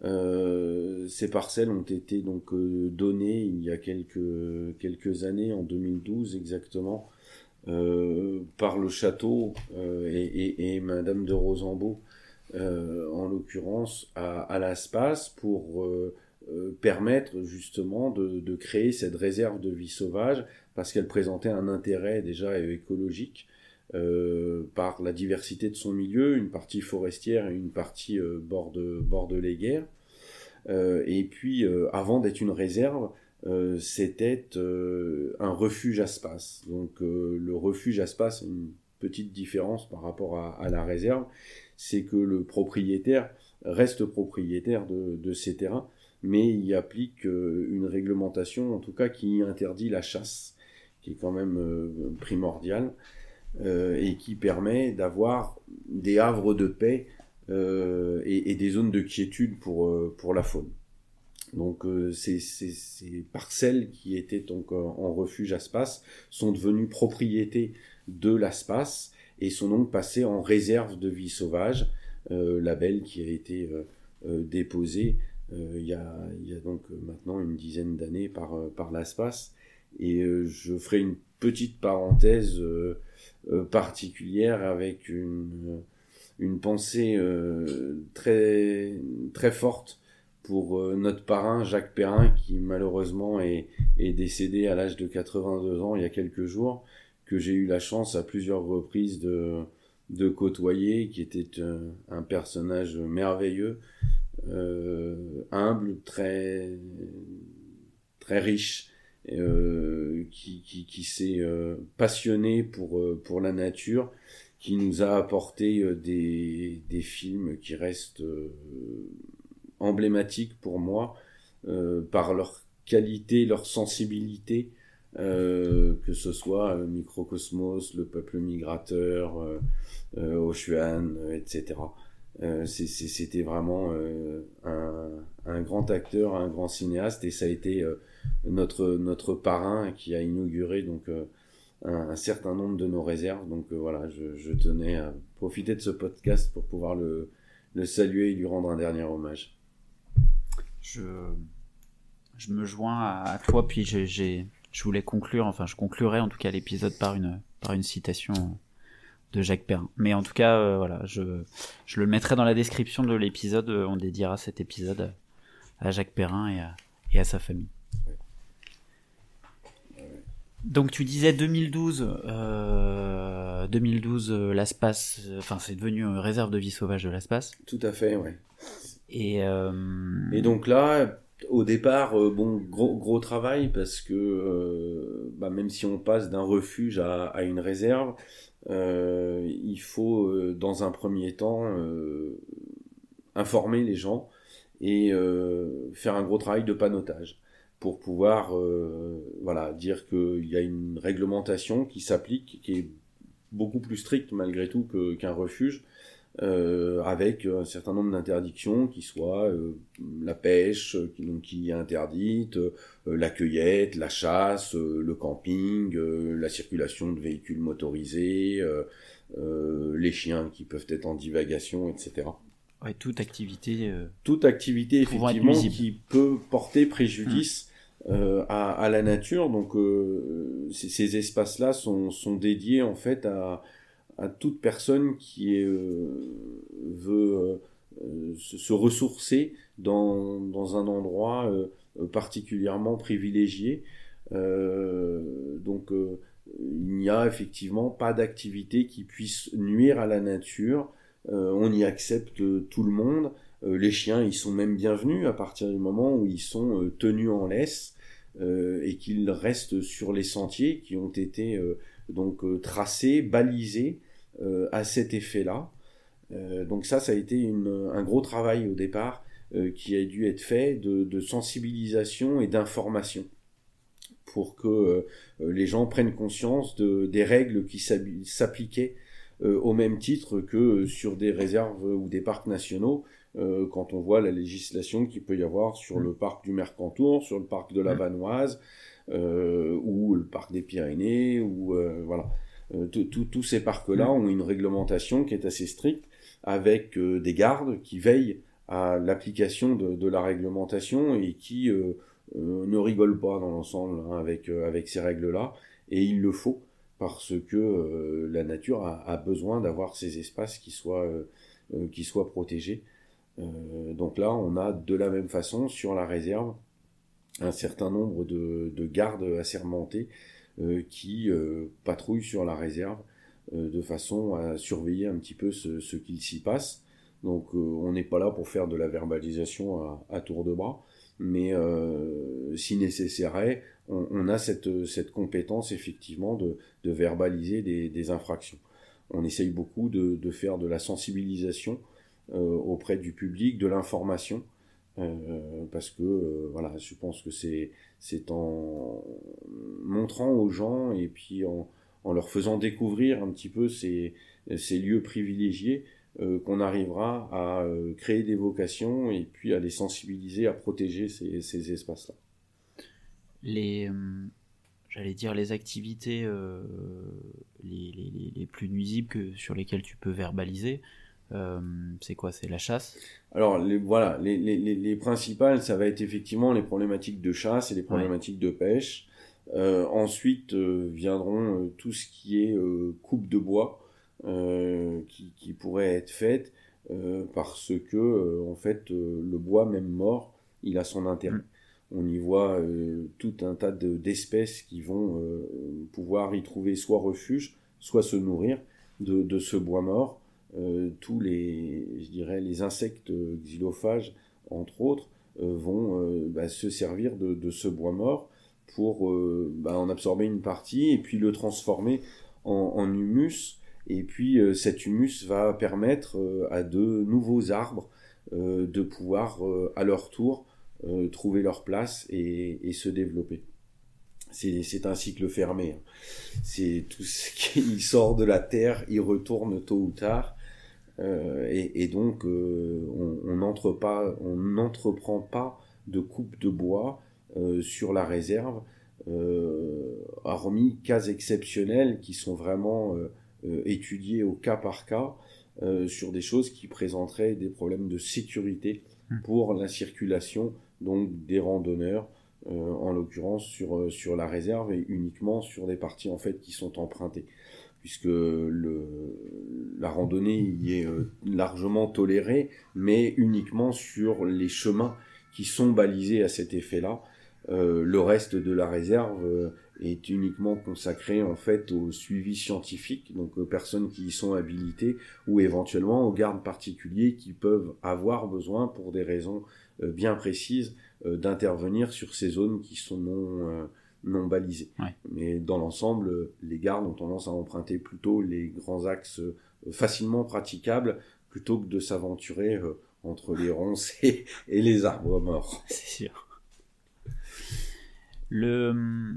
Euh, ces parcelles ont été donc euh, données il y a quelques quelques années, en deux mille douze exactement, euh, par le château euh, et, et, et Madame de Rosambeau, euh, en l'occurrence, à, à l'Aspas pour euh, euh, permettre justement de, de créer cette réserve de vie sauvage parce qu'elle présentait un intérêt déjà écologique. Euh, par la diversité de son milieu, une partie forestière et une partie euh, bord de bord de l'Ayguerre. Euh, et puis, euh, avant d'être une réserve, euh, c'était euh, un refuge Aspas. Donc, euh, le refuge Aspas, une petite différence par rapport à, à la réserve, c'est que le propriétaire reste propriétaire de, de ces terrains, mais il applique euh, une réglementation, en tout cas, qui interdit la chasse, qui est quand même euh, primordiale. Euh, et qui permet d'avoir des havres de paix euh, et, et des zones de quiétude pour, euh, pour la faune. Donc euh, ces, ces, ces parcelles qui étaient donc en, en refuge Aspas sont devenues propriété de l'Aspas et sont donc passées en réserve de vie sauvage, euh, label qui a été euh, euh, déposé euh, il, y a, il y a donc maintenant une dizaine d'années par, euh, par l'Aspas. Et euh, je ferai une petite parenthèse euh, Euh, particulière avec une une pensée euh, très très forte pour euh, notre parrain Jacques Perrin qui malheureusement est est décédé à l'âge de quatre-vingt-deux ans il y a quelques jours, que j'ai eu la chance à plusieurs reprises de de côtoyer, qui était euh, un personnage merveilleux, euh, humble, très très riche. Euh, qui, qui, qui s'est euh, passionné pour, euh, pour la nature, qui nous a apporté euh, des, des films qui restent euh, emblématiques pour moi, euh, par leur qualité, leur sensibilité, euh, que ce soit euh, Microcosmos, Le Peuple Migrateur, euh, euh, Oshuan, euh, et cetera. Euh, c'est, c'est, c'était vraiment euh, un, un grand acteur, un grand cinéaste, et ça a été euh, notre notre parrain qui a inauguré donc euh, un, un certain nombre de nos réserves. Donc euh, voilà, je, je tenais à profiter de ce podcast pour pouvoir le le saluer et lui rendre un dernier hommage. Je je me joins à, à toi, puis j'ai, j'ai je voulais conclure, enfin je conclurai en tout cas l'épisode par une par une citation de Jacques Perrin. Mais en tout cas, euh, voilà, je, je le mettrai dans la description de l'épisode. On dédiera cet épisode à Jacques Perrin et à, et à sa famille. Donc tu disais deux mille douze, euh, deux mille douze, euh, l'Aspas, enfin c'est devenu une réserve de vie sauvage de l'Aspas. Tout à fait, ouais. Et, euh... et donc là, au départ, euh, bon, gros gros travail parce que euh, bah, même si on passe d'un refuge à, à une réserve, euh, il faut euh, dans un premier temps euh, informer les gens et euh, faire un gros travail de panneautage pour pouvoir euh, voilà, dire qu'il y a une réglementation qui s'applique, qui est beaucoup plus stricte malgré tout que, qu'un refuge, euh, avec un certain nombre d'interdictions qui soient euh, la pêche qui, donc, qui est interdite, euh, la cueillette, la chasse, euh, le camping, euh, la circulation de véhicules motorisés, euh, euh, les chiens qui peuvent être en divagation, et cetera. Ouais, toute activité. Euh, toute activité effectivement qui peut porter préjudice mmh. euh, à, à la nature. Donc euh, c- ces espaces-là sont, sont dédiés en fait à, à toute personne qui est, euh, veut euh, se, se ressourcer dans, dans un endroit euh, particulièrement privilégié. Euh, donc euh, il n'y a effectivement pas d'activité qui puisse nuire à la nature. Euh, on y accepte tout le monde. Euh, les chiens, ils sont même bienvenus à partir du moment où ils sont euh, tenus en laisse euh, et qu'ils restent sur les sentiers qui ont été euh, donc euh, tracés, balisés euh, à cet effet-là. Euh, donc ça, ça a été une, un gros travail au départ euh, qui a dû être fait de, de sensibilisation et d'information pour que euh, les gens prennent conscience de, des règles qui s'appliquaient euh, au même titre que sur des réserves ou des parcs nationaux, euh, quand on voit la législation qu'il peut y avoir sur mmh. le parc du Mercantour, sur le parc de la Vanoise, euh, ou le parc des Pyrénées, ou euh, voilà. Euh, tous ces parcs-là mmh. ont une réglementation qui est assez stricte, avec euh, des gardes qui veillent à l'application de, de la réglementation et qui euh, euh, ne rigolent pas dans l'ensemble hein, avec, euh, avec ces règles-là, et il le faut, parce que euh, la nature a, a besoin d'avoir ces espaces qui soient, euh, euh, qui soient protégés. Euh, donc là, on a de la même façon sur la réserve un certain nombre de, de gardes assermentés euh, qui euh, patrouillent sur la réserve euh, de façon à surveiller un petit peu ce, ce qu'il s'y passe. Donc euh, on n'est pas là pour faire de la verbalisation à, à tour de bras, mais euh, si nécessaire est, on, on a cette, cette compétence effectivement de, de verbaliser des, des infractions. On essaye beaucoup de, de faire de la sensibilisation euh, auprès du public, de l'information, euh, parce que euh, voilà, je pense que c'est, c'est en montrant aux gens et puis en, en leur faisant découvrir un petit peu ces, ces lieux privilégiés euh, qu'on arrivera à euh, créer des vocations et puis à les sensibiliser à protéger ces, ces espaces-là. Les, euh, j'allais dire les activités euh, les, les, les plus nuisibles que, sur lesquelles tu peux verbaliser, euh, c'est quoi? C'est la chasse? Alors les, voilà, les, les, les principales, ça va être effectivement les problématiques de chasse et les problématiques ouais. de pêche. Euh, ensuite euh, viendront euh, tout ce qui est euh, coupe de bois euh, qui, qui pourrait être faite euh, parce que euh, en fait euh, le bois même mort, il a son intérêt. Mmh. On y voit euh, tout un tas de, d'espèces qui vont euh, pouvoir y trouver soit refuge, soit se nourrir de, de ce bois mort. Euh, tous les, je dirais, les insectes xylophages, entre autres, euh, vont euh, bah, se servir de, de ce bois mort pour euh, bah, en absorber une partie et puis le transformer en, en humus. Et puis euh, cet humus va permettre euh, à de nouveaux arbres euh, de pouvoir, euh, à leur tour, euh, trouver leur place et, et se développer. C'est, c'est un cycle fermé. C'est tout ce qui sort de la terre, il retourne tôt ou tard. Euh, et, et donc, euh, on n'entre pas, on n'entreprend pas de coupe de bois euh, sur la réserve, euh, hormis cas exceptionnels qui sont vraiment euh, euh, étudiés au cas par cas euh, sur des choses qui présenteraient des problèmes de sécurité pour la circulation donc des randonneurs, euh, en l'occurrence sur sur la réserve et uniquement sur des parties en fait qui sont empruntées, puisque le, la randonnée y est euh, largement tolérée, mais uniquement sur les chemins qui sont balisés à cet effet-là. Euh, le reste de la réserve euh, est uniquement consacré en fait au suivi scientifique, donc aux personnes qui y sont habilitées, ou éventuellement aux gardes particuliers qui peuvent avoir besoin, pour des raisons euh, bien précises, euh, d'intervenir sur ces zones qui sont non... Euh, non balisés. Ouais. Mais dans l'ensemble, les gardes ont tendance à emprunter plutôt les grands axes facilement praticables plutôt que de s'aventurer entre les ronces et, et les arbres morts. C'est sûr. Le...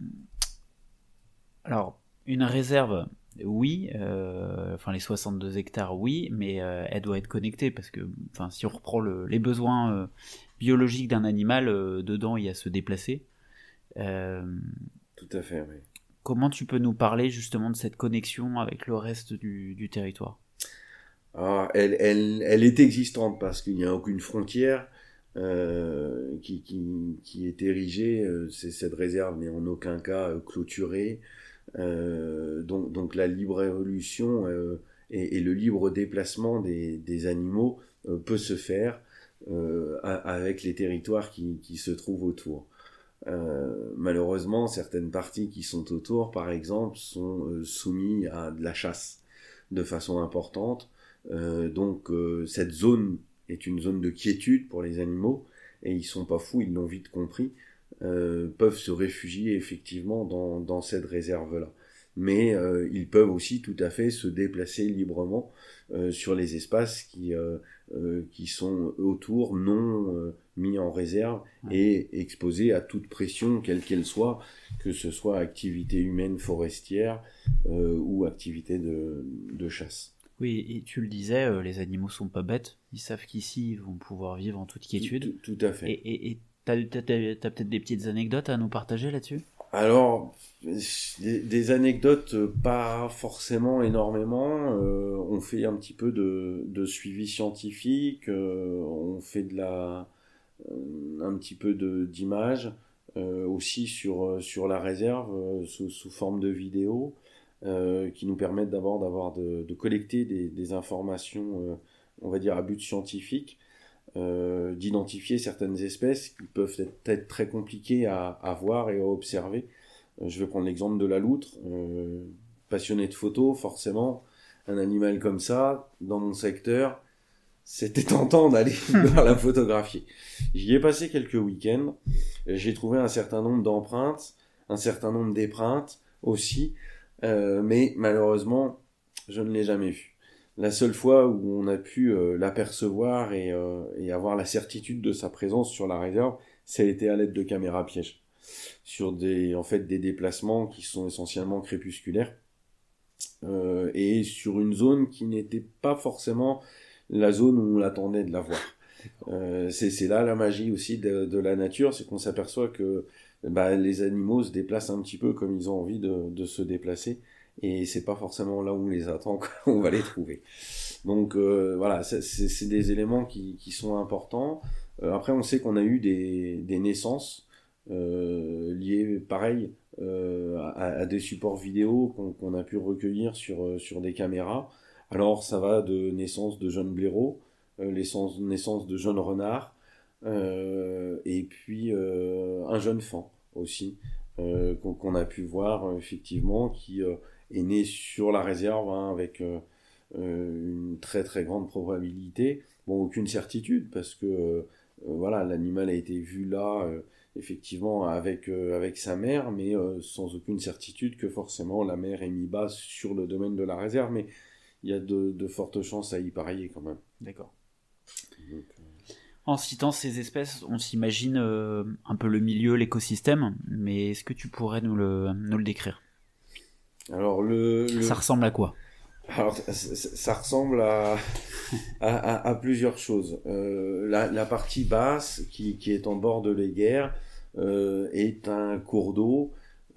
Alors, une réserve, oui, euh, enfin les soixante-deux hectares, oui, mais euh, elle doit être connectée parce que, enfin, si on reprend le, les besoins euh, biologiques d'un animal, euh, dedans il y a se déplacer. Euh, Tout à fait, oui. Comment tu peux nous parler justement de cette connexion avec le reste du, du territoire ? Alors, elle, elle, elle est existante parce qu'il n'y a aucune frontière euh, qui, qui, qui est érigée. Euh, c'est, cette réserve n'est en aucun cas euh, clôturée. Euh, donc, donc la libre évolution euh, et, et le libre déplacement des, des animaux euh, peut se faire euh, avec les territoires qui, qui se trouvent autour. Euh, malheureusement, certaines parties qui sont autour, par exemple, sont euh, soumises à de la chasse de façon importante. Euh, donc euh, cette zone est une zone de quiétude pour les animaux, et ils sont pas fous, ils l'ont vite compris, euh, peuvent se réfugier effectivement dans, dans cette réserve-là. Mais euh, ils peuvent aussi tout à fait se déplacer librement euh, sur les espaces qui, euh, euh, qui sont autour, non euh, mis en réserve et exposés à toute pression, quelle qu'elle soit, que ce soit activité humaine forestière euh, ou activité de, de chasse. Oui, et tu le disais, euh, les animaux sont pas bêtes, ils savent qu'ici ils vont pouvoir vivre en toute quiétude. Tout, tout à fait. Et, et, et t'as, t'as, t'as, t'as peut-être des petites anecdotes à nous partager là-dessus ? Alors, des, des anecdotes, pas forcément énormément. Euh, on fait un petit peu de, de suivi scientifique, euh, on fait de la, euh, un petit peu de, d'images euh, aussi sur, sur la réserve euh, sous, sous forme de vidéos euh, qui nous permettent d'abord d'avoir de, de collecter des, des informations, euh, on va dire à but scientifique. Euh, d'identifier certaines espèces qui peuvent être, être très compliquées à, à voir et à observer. Euh, je vais prendre l'exemple de la loutre. Euh, passionné de photos, forcément, un animal comme ça, dans mon secteur, c'était tentant d'aller voir la photographier. J'y ai passé quelques week-ends. J'ai trouvé un certain nombre d'empreintes, un certain nombre d'épreintes aussi, euh, mais malheureusement, je ne l'ai jamais vue. La seule fois où on a pu euh, l'apercevoir et, euh, et avoir la certitude de sa présence sur la réserve, ça a été à l'aide de caméras pièges, sur des, en fait, des déplacements qui sont essentiellement crépusculaires, euh, et sur une zone qui n'était pas forcément la zone où on l'attendait de la voir. Euh, c'est, c'est là la magie aussi de, de la nature, c'est qu'on s'aperçoit que bah, les animaux se déplacent un petit peu comme ils ont envie de, de se déplacer, et c'est pas forcément là où on les attend qu'on va les trouver. Donc euh, voilà, c'est, c'est, c'est des éléments qui, qui sont importants. Euh, après, on sait qu'on a eu des, des naissances euh, liées, pareil, euh, à, à des supports vidéo qu'on, qu'on a pu recueillir sur, sur des caméras. Alors, ça va de naissance de jeunes blaireaux, euh, naissance, naissance de jeunes renards, euh, et puis euh, un jeune faon aussi, euh, qu'on, qu'on a pu voir euh, effectivement, qui euh, est né sur la réserve hein, avec euh, euh, une très très grande probabilité. Bon, aucune certitude parce que euh, voilà, l'animal a été vu là euh, effectivement avec euh, avec sa mère, mais euh, sans aucune certitude que forcément la mère ait mis bas sur le domaine de la réserve. Mais il y a de, de fortes chances à y parier quand même. D'accord. Donc, euh... En citant ces espèces, on s'imagine euh, un peu le milieu, l'écosystème, mais est-ce que tu pourrais nous le, nous le décrire ? Alors le, le... Ça ressemble à quoi ? Alors ça, ça ressemble à, à, à, à plusieurs choses. Euh, la, la partie basse, qui, qui est en bord de l'Héguerre, euh, est un cours d'eau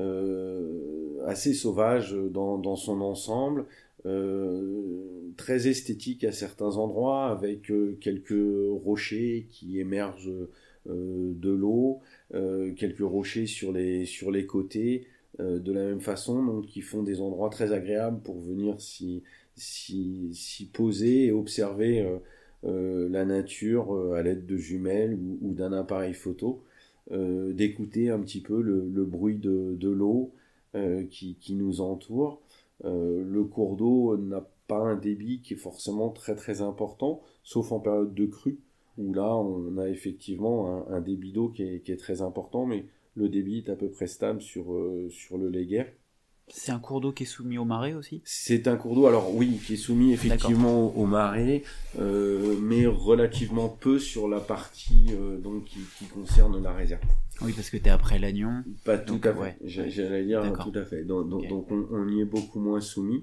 euh, assez sauvage dans, dans son ensemble, euh, très esthétique à certains endroits, avec euh, quelques rochers qui émergent euh, de l'eau, euh, quelques rochers sur les, sur les côtés, euh, de la même façon, donc qui font des endroits très agréables pour venir s'y, s'y, s'y poser et observer euh, euh, la nature euh, à l'aide de jumelles ou, ou d'un appareil photo, euh, d'écouter un petit peu le, le bruit de, de l'eau euh, qui, qui nous entoure. Euh, le cours d'eau n'a pas un débit qui est forcément très très important, sauf en période de crue, où là on a effectivement un, un débit d'eau qui est, qui est très important, mais le débit est à peu près stable sur, euh, sur le Léguerre. C'est un cours d'eau qui est soumis au marais aussi ? C'est un cours d'eau, alors oui, qui est soumis effectivement D'accord. au marais, euh, mais relativement peu sur la partie euh, donc, qui, qui concerne la réserve. Oui, parce que tu es après Lannion. Pas tout donc, à fait, ouais. J'allais dire hein, tout à fait. Donc, okay. donc on, on y est beaucoup moins soumis.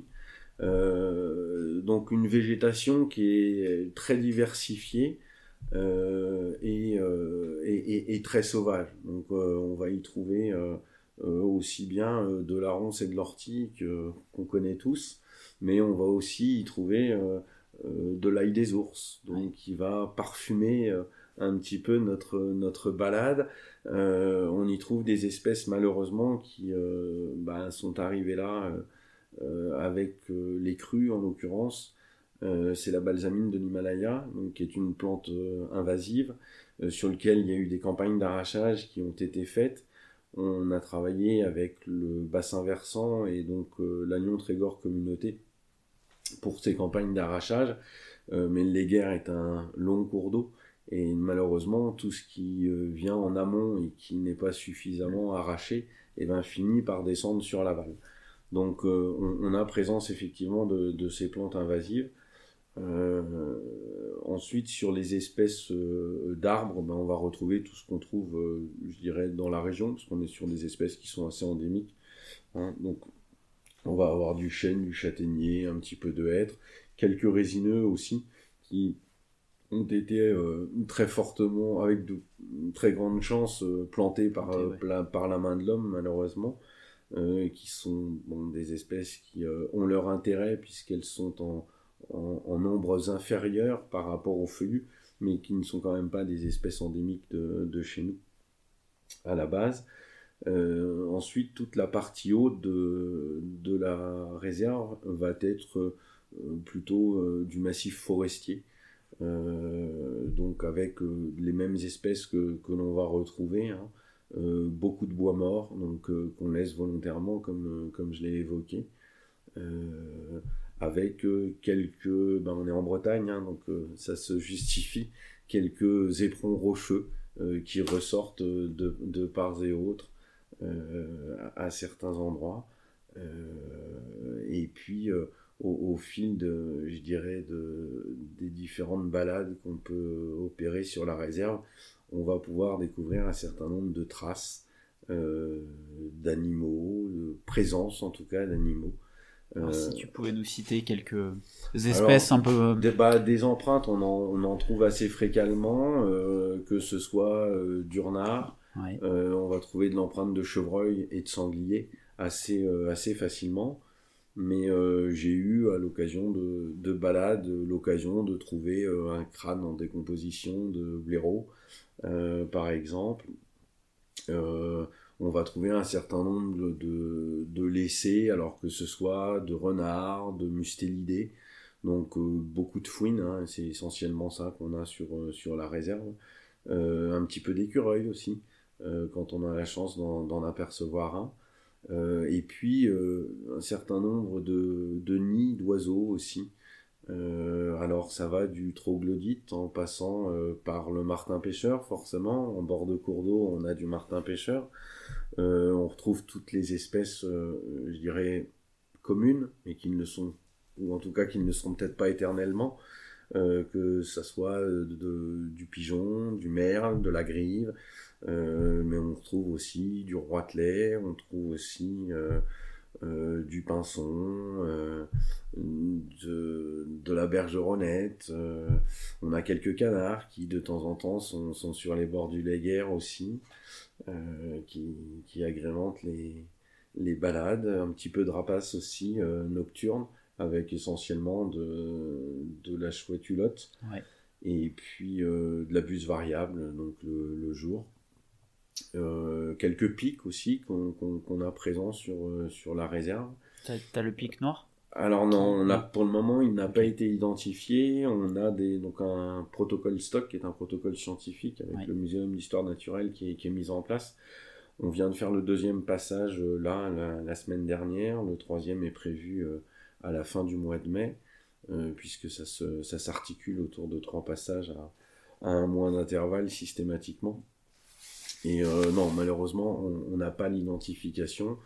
Euh, donc une végétation qui est très diversifiée euh, et, euh, et, et, et très sauvage. Donc euh, on va y trouver... Euh, Euh, aussi bien euh, de la ronce et de l'ortie que, qu'on connaît tous, mais on va aussi y trouver euh, euh, de l'ail des ours, donc qui va parfumer euh, un petit peu notre, notre balade. Euh, on y trouve des espèces malheureusement qui euh, bah, sont arrivées là euh, euh, avec euh, les crues en l'occurrence. Euh, c'est la balsamine de l'Himalaya, donc, qui est une plante euh, invasive euh, sur laquelle il y a eu des campagnes d'arrachage qui ont été faites. On a travaillé avec le bassin versant et donc euh, l'Agnon Trégor Communauté pour ces campagnes d'arrachage, euh, mais le Léguer est un long cours d'eau et malheureusement tout ce qui euh, vient en amont et qui n'est pas suffisamment arraché eh ben, finit par descendre sur l'aval. Donc euh, on, on a présence effectivement de, de ces plantes invasives. Euh, ensuite, sur les espèces euh, d'arbres, ben, on va retrouver tout ce qu'on trouve, euh, je dirais, dans la région, parce qu'on est sur des espèces qui sont assez endémiques. Hein. Donc, on va avoir du chêne, du châtaignier, un petit peu de hêtre, quelques résineux aussi, qui ont été euh, très fortement, avec de très grandes chances, euh, plantés par, Okay, euh, ouais. pla- par la main de l'homme, malheureusement, euh, qui sont bon, des espèces qui euh, ont leur intérêt, puisqu'elles sont en En, en nombres inférieurs par rapport aux feuillus, mais qui ne sont quand même pas des espèces endémiques de, de chez nous à la base. Euh, ensuite, toute la partie haute de, de la réserve va être euh, plutôt euh, du massif forestier, euh, donc avec euh, les mêmes espèces que, que l'on va retrouver, hein. Euh, beaucoup de bois mort, donc euh, qu'on laisse volontairement, comme, comme je l'ai évoqué. Euh, avec euh, quelques, ben on est en Bretagne, hein, donc euh, ça se justifie, quelques éperons rocheux euh, qui ressortent de, de part et autre euh, à, à certains endroits. Euh, et puis euh, au, au fil de, je dirais, de, des différentes balades qu'on peut opérer sur la réserve, on va pouvoir découvrir un certain nombre de traces euh, d'animaux, de présence en tout cas d'animaux. Alors, Euh, si tu pouvais nous citer quelques espèces alors, un peu. des, bah, des empreintes, on en, on en trouve assez fréquemment, euh, que ce soit euh, du renard, Ouais. euh, on va trouver de l'empreinte de chevreuil et de sanglier assez, euh, assez facilement. Mais euh, j'ai eu à l'occasion de, de balades l'occasion de trouver euh, un crâne en décomposition de blaireau, euh, par exemple. Euh, on va trouver un certain nombre de, de laissés, alors que ce soit de renards, de mustélidés, donc euh, beaucoup de fouines, hein, c'est essentiellement ça qu'on a sur, euh, sur la réserve. Euh, un petit peu d'écureuil aussi, euh, quand on a la chance d'en, d'en apercevoir un. Euh, et puis euh, un certain nombre de, de nids d'oiseaux aussi. Euh, alors ça va du troglodyte en passant euh, par le martin pêcheur, forcément. En bord de cours d'eau, on a du martin pêcheur. Euh, on retrouve toutes les espèces, euh, je dirais, communes, mais qui ne le sont, ou en tout cas qui ne le seront peut-être pas éternellement, euh, que ça soit de, de- du pigeon, du merle, de la grive, euh, mais on retrouve aussi du roitelet, on trouve aussi euh, euh, du pinson, euh, de, de la bergeronnette, euh, on a quelques canards qui de temps en temps sont, sont sur les bords du Léguer aussi, euh, qui, qui agrémentent les, les balades, un petit peu de rapaces aussi euh, nocturnes, avec essentiellement de, de la chouette hulotte, Ouais. et puis euh, de la buse variable, donc le, le jour. Euh, quelques pics aussi qu'on qu'on, qu'on a présents sur, euh, sur la réserve. T'as, t'as le pic noir Alors non, qui... on a, Non. pour le moment, il n'a Ok. pas été identifié. On a des, donc un protocole stock qui est un protocole scientifique avec Ouais. le Muséum d'histoire naturelle qui est, qui est mis en place. On vient de faire le deuxième passage euh, là, la, la semaine dernière. Le troisième est prévu euh, à la fin du mois de mai, euh, puisque ça, se, ça s'articule autour de trois passages à, à un mois d'intervalle systématiquement. Et euh, non, malheureusement, on n'a pas l'identification.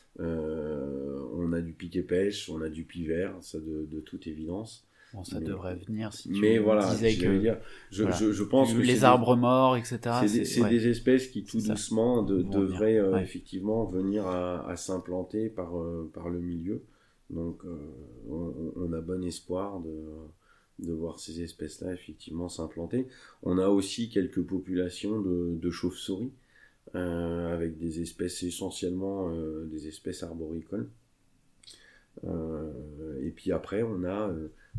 Euh, on a du piquet-pêche, on a du pivert, ça de, de toute évidence. Bon, ça Mais, devrait venir si tu mais me voilà, disais je vais que dire, je, voilà, je, je pense du- que c'est les des, arbres morts, et cetera. c'est des, C'est, c'est ouais, des espèces qui tout c'est ça. doucement de- Vont venir. devraient euh, Ouais. effectivement venir à, à s'implanter par, euh, par le milieu. Donc euh, on, on a bon espoir de, de voir ces espèces-là effectivement s'implanter. On a aussi quelques populations de, de chauves-souris, euh, avec des espèces essentiellement euh, des espèces arboricoles. Euh, et puis après, on a euh,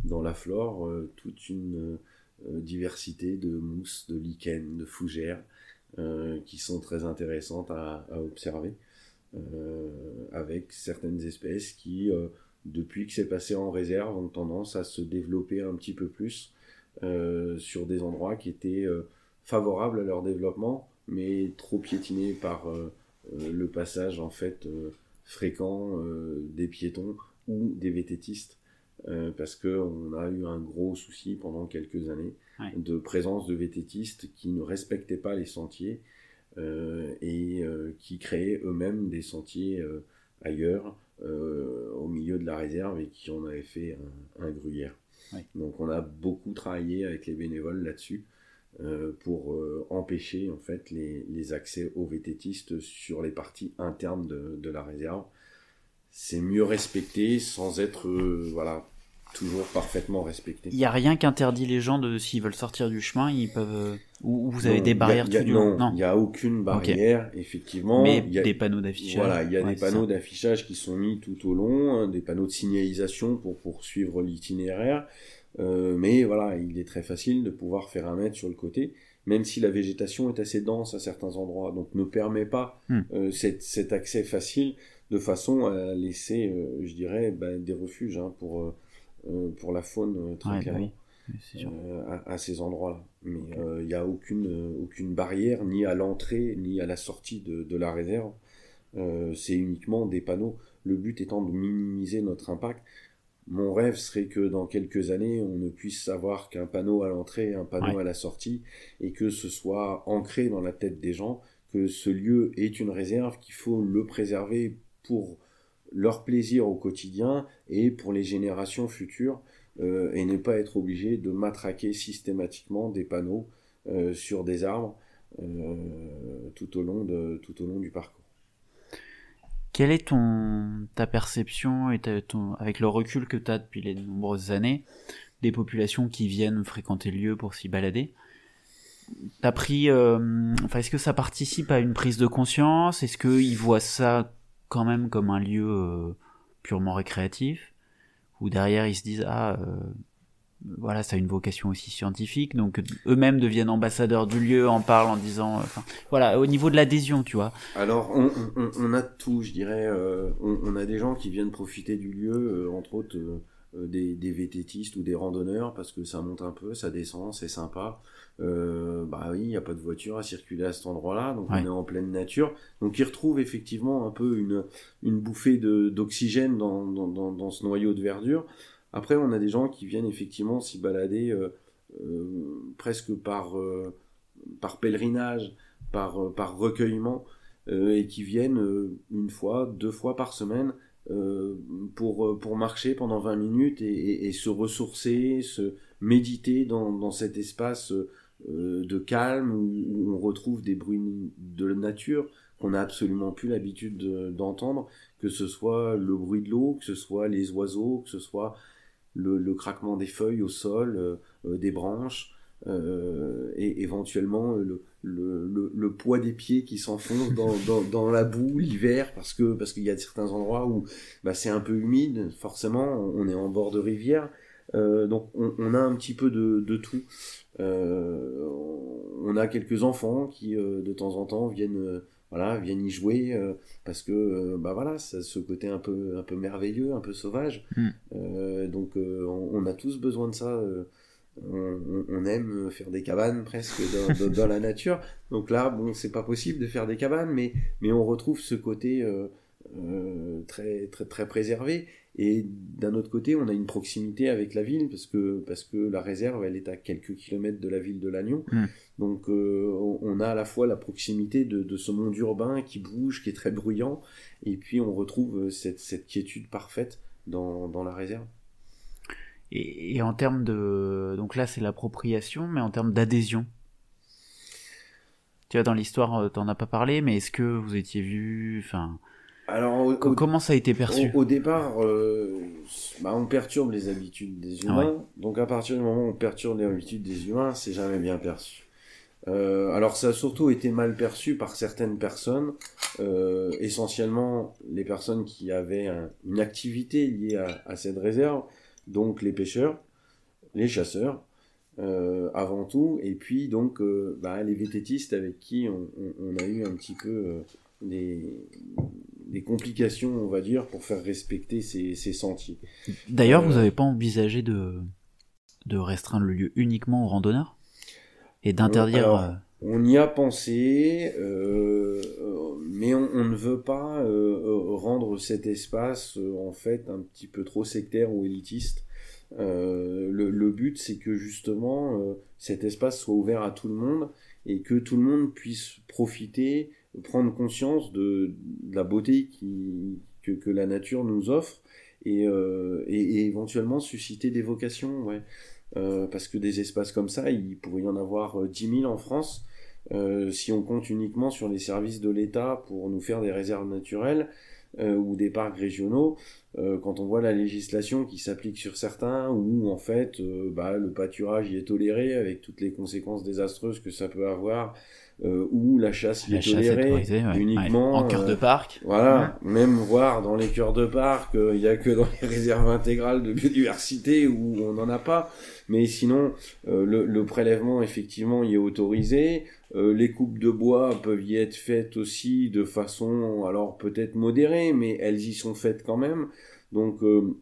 dans la flore euh, toute une euh, diversité de mousses, de lichens, de fougères euh, qui sont très intéressantes à, à observer, euh, avec certaines espèces qui, euh, depuis que c'est passé en réserve, ont tendance à se développer un petit peu plus euh, sur des endroits qui étaient euh, favorables à leur développement, mais trop piétinés par euh, euh, le passage en fait euh, fréquent euh, des piétons ou des vététistes, euh, parce qu'on a eu un gros souci pendant quelques années Ouais. de présence de vététistes qui ne respectaient pas les sentiers euh, et euh, qui créaient eux-mêmes des sentiers euh, ailleurs, euh, au milieu de la réserve, et qui en avaient fait un, un gruyère. Ouais. Donc on a beaucoup travaillé avec les bénévoles là-dessus euh, pour euh, empêcher en fait les, les accès aux vététistes sur les parties internes de, de la réserve. C'est mieux respecté sans être euh, voilà, toujours parfaitement respecté. Il n'y a rien qui interdit les gens de, s'ils veulent sortir du chemin, ils peuvent. Ou, ou vous avez Non, des barrières y a, y a, tout du non, long. il n'y a aucune barrière, okay. Effectivement. Mais y a, des panneaux d'affichage. Voilà, il y a ouais, des panneaux d'affichage qui sont mis tout au long, hein, des panneaux de signalisation pour poursuivre l'itinéraire. Euh, mais voilà, il est très facile de pouvoir faire un mètre sur le côté, même si la végétation est assez dense à certains endroits, donc ne permet pas hmm. euh, cet, cet accès facile, de façon à laisser, euh, je dirais, bah, des refuges hein, pour, euh, pour la faune, euh, très ouais, clairement, bah oui. C'est sûr. Euh, à, à ces endroits-là. Mais il okay. n'y euh, a aucune, euh, aucune barrière, ni à l'entrée, ni à la sortie de, de la réserve. Euh, c'est uniquement des panneaux, le but étant de minimiser notre impact. Mon rêve serait que dans quelques années, on ne puisse savoir qu'un panneau à l'entrée, un panneau ouais. à la sortie, et que ce soit ancré dans la tête des gens, que ce lieu est une réserve, qu'il faut le préserver pour leur plaisir au quotidien et pour les générations futures, euh, et ne pas être obligé de matraquer systématiquement des panneaux euh, sur des arbres euh, tout au long de, tout au long du parcours. Quelle est ton, ta perception, et ta, ton, avec le recul que tu as depuis les nombreuses années, des populations qui viennent fréquenter le lieu pour s'y balader? T'as pris, euh, enfin, est-ce que ça participe à une prise de conscience? Est-ce qu'ils voient ça quand même comme un lieu euh, purement récréatif? Ou derrière ils se disent, ah, euh, voilà, ça a une vocation aussi scientifique, donc eux-mêmes deviennent ambassadeurs du lieu, en parlent en disant, enfin, euh, voilà, au niveau de l'adhésion, tu vois. Alors, on, on, on a tout, je dirais, euh, on, on a des gens qui viennent profiter du lieu, euh, entre autres euh, des, des vététistes ou des randonneurs, parce que ça monte un peu, ça descend, c'est sympa. Euh, bah oui, il n'y a pas de voiture à circuler à cet endroit-là, donc ouais. on est en pleine nature. Donc ils retrouvent effectivement un peu une, une bouffée de, d'oxygène dans, dans, dans, dans ce noyau de verdure. Après, on a des gens qui viennent effectivement s'y balader euh, euh, presque par, euh, par pèlerinage, par, euh, par recueillement, euh, et qui viennent euh, une fois, deux fois par semaine euh, pour, pour marcher pendant vingt minutes et, et, et se ressourcer, se méditer dans, dans cet espace euh, de calme où, où on retrouve des bruits de la nature qu'on n'a absolument plus l'habitude de, d'entendre, que ce soit le bruit de l'eau, que ce soit les oiseaux, que ce soit Le, le craquement des feuilles au sol, euh, euh, des branches, euh, et éventuellement le, le, le, le poids des pieds qui s'enfonce dans, dans, dans la boue l'hiver, parce que parce qu'il y a certains endroits où bah, c'est un peu humide, forcément, on est en bord de rivière, euh, donc on, on a un petit peu de, de tout. Euh, on a quelques enfants qui euh, de temps en temps viennent... Euh, Voilà, viennent y jouer euh, parce que euh, bah voilà, ça, ce côté un peu un peu merveilleux, un peu sauvage. Mm. Euh, donc euh, on, on a tous besoin de ça. Euh, on, on aime faire des cabanes presque dans, dans, dans la nature. Donc là, bon, c'est pas possible de faire des cabanes, mais mais on retrouve ce côté euh, euh, très très très préservé. Et d'un autre côté, on a une proximité avec la ville parce que parce que la réserve, elle est à quelques kilomètres de la ville de Lannion. Mm. Donc euh, on a à la fois la proximité de, de ce monde urbain qui bouge, qui est très bruyant, et puis on retrouve cette, cette quiétude parfaite dans, dans la réserve. Et, et en termes de... Donc là c'est l'appropriation, mais en termes d'adhésion, tu vois, dans l'histoire t'en as pas parlé, mais est-ce que vous étiez vu, enfin... Alors, au, au, comment ça a été perçu? Au, au départ, euh, bah, on perturbe les habitudes des humains, ah ouais. Donc à partir du moment où on perturbe les habitudes des humains, c'est jamais bien perçu. Euh, alors ça a surtout été mal perçu par certaines personnes, euh, essentiellement les personnes qui avaient un, une activité liée à, à cette réserve, donc les pêcheurs, les chasseurs euh, avant tout, et puis donc euh, bah, les vététistes avec qui on, on, on a eu un petit peu euh, des, des complications, on va dire, pour faire respecter ces, ces sentiers. D'ailleurs, Euh, vous n'avez pas envisagé de, de restreindre le lieu uniquement aux randonneurs et d'interdire... Alors, euh, on y a pensé, euh, euh, mais on, on ne veut pas euh, euh, rendre cet espace euh, en fait un petit peu trop sectaire ou élitiste. Euh, le, le but, c'est que justement euh, cet espace soit ouvert à tout le monde et que tout le monde puisse profiter, prendre conscience de, de la beauté qui, que, que la nature nous offre et, euh, et, et éventuellement susciter des vocations. Ouais. Euh, parce que des espaces comme ça, il pourrait y en avoir euh, dix mille en France. Euh, si on compte uniquement sur les services de l'État pour nous faire des réserves naturelles euh, ou des parcs régionaux, euh, quand on voit la législation qui s'applique sur certains, où en fait euh, bah, le pâturage y est toléré avec toutes les conséquences désastreuses que ça peut avoir, euh, où la chasse y la est chasse est tolérée autorisée, ouais. uniquement Ouais. En cœur euh, de parc. voilà, mmh. Même voir dans les cœurs de parc, il euh, y a que dans les réserves intégrales de biodiversité où on n'en a pas. Mais sinon, euh, le, le prélèvement effectivement y est autorisé. Euh, les coupes de bois peuvent y être faites aussi de façon, alors peut-être modérée, mais elles y sont faites quand même. Donc euh,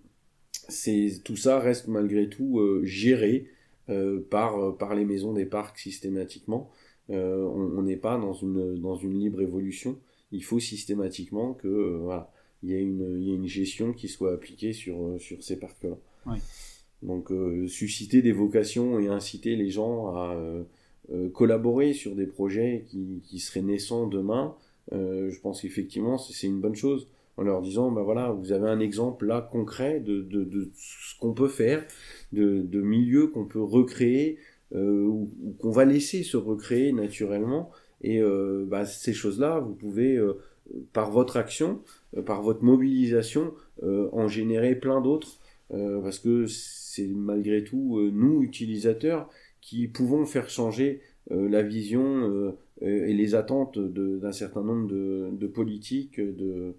c'est tout ça reste malgré tout euh, géré euh, par par les maisons des parcs systématiquement. Euh, on n'est pas dans une dans une libre évolution. Il faut systématiquement que euh, voilà, il y ait une il y ait une gestion qui soit appliquée sur euh, sur ces parcs-là. Oui. Donc euh, susciter des vocations et inciter les gens à euh, euh, collaborer sur des projets qui, qui seraient naissants demain, euh, je pense qu'effectivement c'est, c'est une bonne chose. En leur disant, bah voilà, vous avez un exemple là concret de, de, de ce qu'on peut faire, de, de milieux qu'on peut recréer, euh, ou, ou qu'on va laisser se recréer naturellement. Et euh, bah, ces choses-là, vous pouvez, euh, par votre action, euh, par votre mobilisation, euh, en générer plein d'autres. Euh, parce que c'est malgré tout euh, nous, utilisateurs, qui pouvons faire changer euh, la vision euh, et les attentes de, d'un certain nombre de, de politiques, de,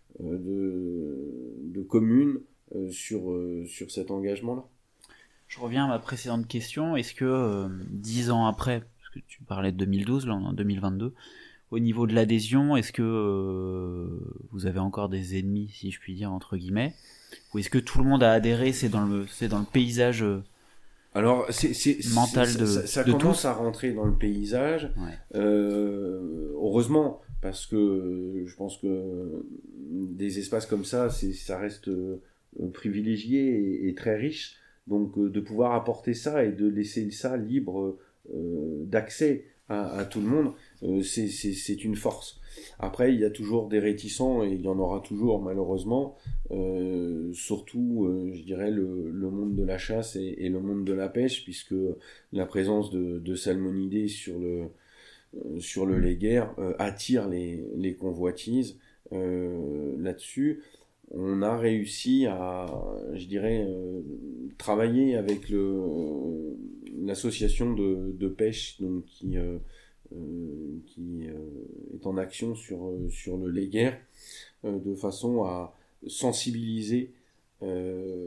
de, de communes euh, sur, euh, sur cet engagement-là. Je reviens à ma précédente question. Est-ce que euh, dix ans après, parce que tu parlais de deux mille douze, là on est en deux mille vingt-deux, au niveau de l'adhésion, est-ce que euh, vous avez encore des ennemis, si je puis dire, entre guillemets, ou est-ce que tout le monde a adhéré, c'est dans le, c'est dans le paysage euh, Alors, c'est, c'est, mental c'est, de, ça, ça de commence tous à rentrer dans le paysage. Ouais. Euh, heureusement, parce que je pense que des espaces comme ça, c'est, ça reste euh, privilégié et, et très riche. Donc, euh, de pouvoir apporter ça et de laisser ça libre euh, d'accès à, à tout le monde, euh, c'est, c'est, c'est une force. Après, il y a toujours des réticents et il y en aura toujours malheureusement, euh, surtout, euh, je dirais, le, le monde de la chasse et, et le monde de la pêche, puisque la présence de, de salmonidés sur le, euh, sur le léguerre euh, attire les, les convoitises euh, là-dessus. On a réussi à, je dirais, euh, travailler avec le, euh, l'association de, de pêche donc, qui, euh, euh, qui euh, est en action sur, euh, sur le léguerre, euh, de façon à sensibiliser euh,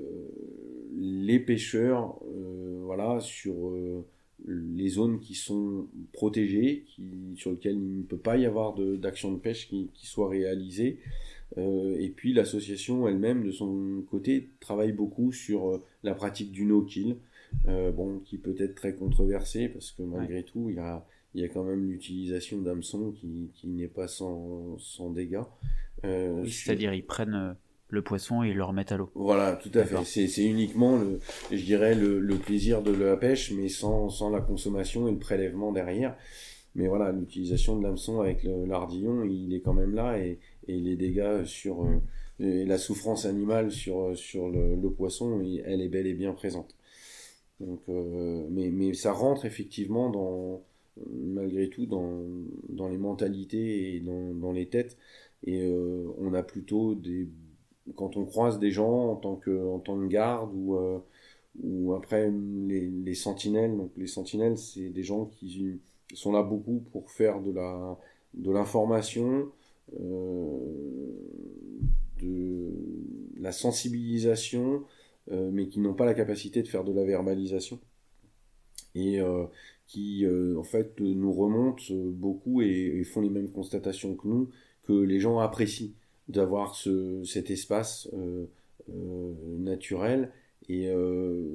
les pêcheurs euh, voilà, sur euh, les zones qui sont protégées, qui, sur lesquelles il ne peut pas y avoir de, d'action de pêche qui, qui soit réalisée. Euh, et puis l'association elle-même, de son côté, travaille beaucoup sur euh, la pratique du no-kill, euh, bon, qui peut être très controversée, parce que malgré ouais. tout, il y a, il y a quand même l'utilisation d'hameçons qui, qui n'est pas sans, sans dégâts. Euh, oui, sur... c'est-à-dire ils prennent le poisson et ils le remettent à l'eau. Voilà, tout à D'accord. fait. C'est, c'est uniquement, le, je dirais, le, le plaisir de la pêche, mais sans, sans la consommation et le prélèvement derrière. Mais voilà, l'utilisation de l'hameçon avec le, l'ardillon, il est quand même là, et, et les dégâts sur euh, et la souffrance animale sur, sur le, le poisson, elle est bel et bien présente. Donc, euh, mais, mais ça rentre effectivement dans, malgré tout dans, dans les mentalités et dans, dans les têtes. Et euh, on a plutôt des, quand on croise des gens en tant que, en tant que garde ou, euh, ou après les, les sentinelles. Donc les sentinelles, c'est des gens qui sont là beaucoup pour faire de la, de l'information, euh, de la sensibilisation, euh, mais qui n'ont pas la capacité de faire de la verbalisation. Et euh, qui, euh, en fait, nous remontent beaucoup et, et font les mêmes constatations que nous, que les gens apprécient d'avoir ce, cet espace euh, euh, naturel et euh,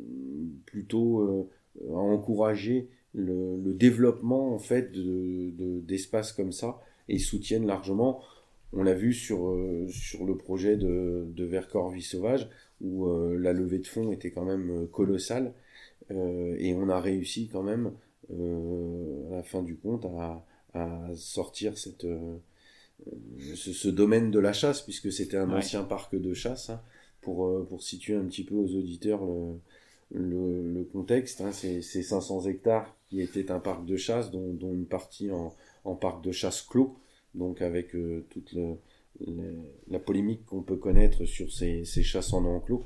plutôt euh, à encourager le, le développement en fait de, de, d'espaces comme ça et soutiennent largement. On l'a vu sur, euh, sur le projet de, de Vercors Vie Sauvage où euh, la levée de fonds était quand même colossale euh, et on a réussi quand même euh, à la fin du compte à, à sortir cette, euh, ce, ce domaine de la chasse puisque c'était un ouais. ancien parc de chasse hein, pour, euh, pour situer un petit peu aux auditeurs le, le, le contexte hein, c'est, c'est cinq cents hectares qui était un parc de chasse dont, dont une partie en, en parc de chasse clos donc avec euh, toute le, le, la polémique qu'on peut connaître sur ces, ces chasses en enclos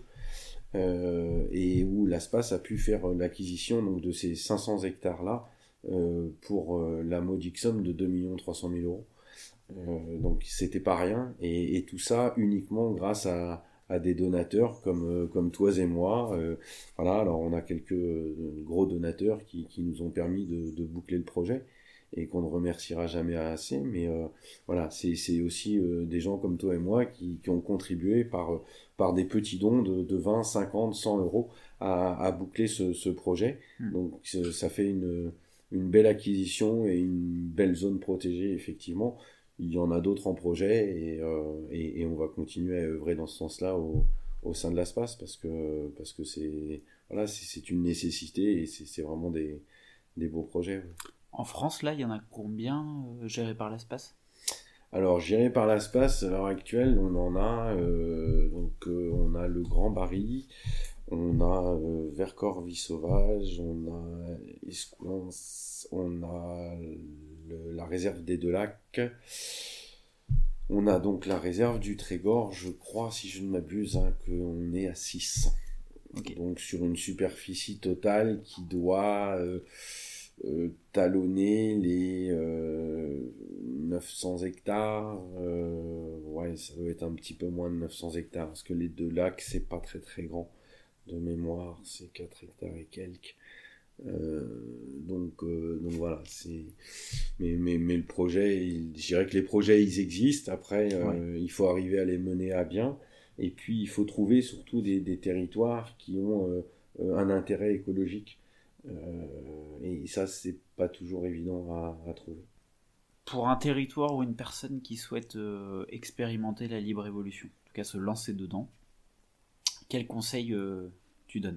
euh, et où l'ASPAS a pu faire l'acquisition donc, de ces cinq cents hectares là euh, pour euh, la modique somme de deux millions trois cent mille euros euh, donc c'était pas rien et, et tout ça uniquement grâce à, à des donateurs comme, euh, comme toi et moi euh, voilà alors on a quelques euh, gros donateurs qui, qui nous ont permis de, de boucler le projet et qu'on ne remerciera jamais assez mais euh, voilà c'est, c'est aussi euh, des gens comme toi et moi qui, qui ont contribué par, euh, par des petits dons de, de vingt, cinquante, cent euros à, à boucler ce, ce projet mmh. donc ça fait une, une belle acquisition et une belle zone protégée effectivement il y en a d'autres en projet et, euh, et, et on va continuer à œuvrer dans ce sens-là au, au sein de l'ASPAS parce que, parce que c'est, voilà, c'est, c'est une nécessité et c'est, c'est vraiment des, des beaux projets. Ouais. En France, là, il y en a combien euh, gérés par l'ASPAS ? Alors, gérés par l'ASPAS, à l'heure actuelle, on en a, euh, donc, euh, on a le Grand Barry, on a euh, Vercors Vie Sauvage, on a Escoulens, on a le, la réserve des Deux Lacs, on a donc la réserve du Trégor, je crois, si je ne m'abuse, hein, qu'on est à six. Okay. Donc sur une superficie totale qui doit euh, euh, talonner les euh, neuf cents hectares, euh, ouais, ça doit être un petit peu moins de neuf cents hectares, parce que les Deux Lacs, c'est pas très très grand. De mémoire, c'est quatre hectares et quelques. Euh, donc, euh, donc voilà, c'est. Mais, mais, mais le projet, il... je dirais que les projets, ils existent. Après, euh, ouais. il faut arriver à les mener à bien. Et puis, il faut trouver surtout des, des territoires qui ont euh, un intérêt écologique. Euh, et ça, c'est pas toujours évident à, à trouver. Pour un territoire ou une personne qui souhaite euh, expérimenter la libre évolution, en tout cas se lancer dedans, quel conseil euh, tu donnes ?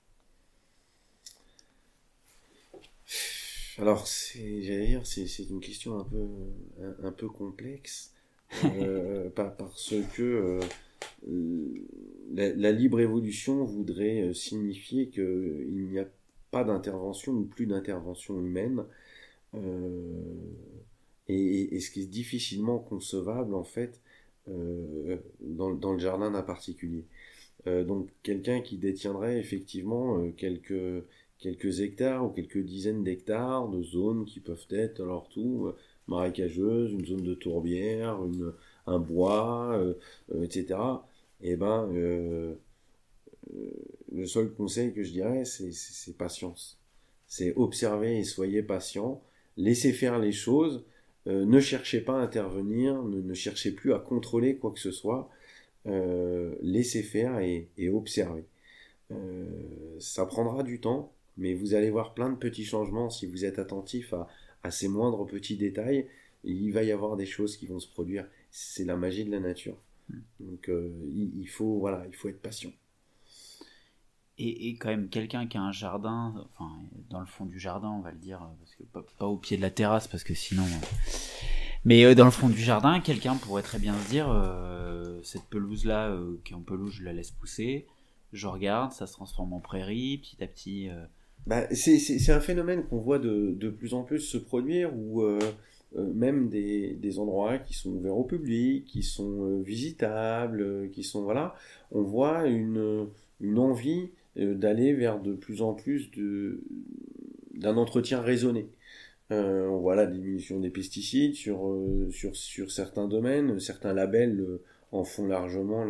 Alors, c'est, j'allais dire, c'est, c'est une question un peu, un, un peu complexe, euh, parce que euh, la, la libre évolution voudrait signifier qu'il n'y a pas d'intervention ou plus d'intervention humaine, euh, et, et ce qui est difficilement concevable en fait euh, dans, dans le jardin d'un particulier. Euh, donc quelqu'un qui détiendrait effectivement euh, quelques, quelques hectares ou quelques dizaines d'hectares de zones qui peuvent être alors tout euh, marécageuses, une zone de tourbière, une, un bois, euh, euh, et cetera. Et ben euh, euh, le seul conseil que je dirais c'est, c'est, c'est patience. C'est observer et soyez patient, laissez faire les choses, euh, ne cherchez pas à intervenir, ne, ne cherchez plus à contrôler quoi que ce soit. Euh, laissez faire et, et observer. Euh, ça prendra du temps, mais vous allez voir plein de petits changements si vous êtes attentif à, à ces moindres petits détails. Il va y avoir des choses qui vont se produire. C'est la magie de la nature. Donc euh, il, il faut voilà, il faut être patient. Et, et quand même quelqu'un qui a un jardin, enfin dans le fond du jardin, on va le dire, parce que pas, pas au pied de la terrasse, parce que sinon. Mais euh, dans le fond du jardin, quelqu'un pourrait très bien se dire euh, cette pelouse-là, euh, qui est en pelouse, je la laisse pousser, je regarde, ça se transforme en prairie, petit à petit. Euh... Bah, c'est, c'est, c'est un phénomène qu'on voit de, de plus en plus se produire, où euh, euh, même des, des endroits qui sont ouverts au public, qui sont euh, visitables, euh, qui sont. Voilà, on voit une, une envie euh, d'aller vers de plus en plus de, d'un entretien raisonné. Euh, on voit la diminution des pesticides sur, euh, sur, sur certains domaines, certains labels euh, en font largement la,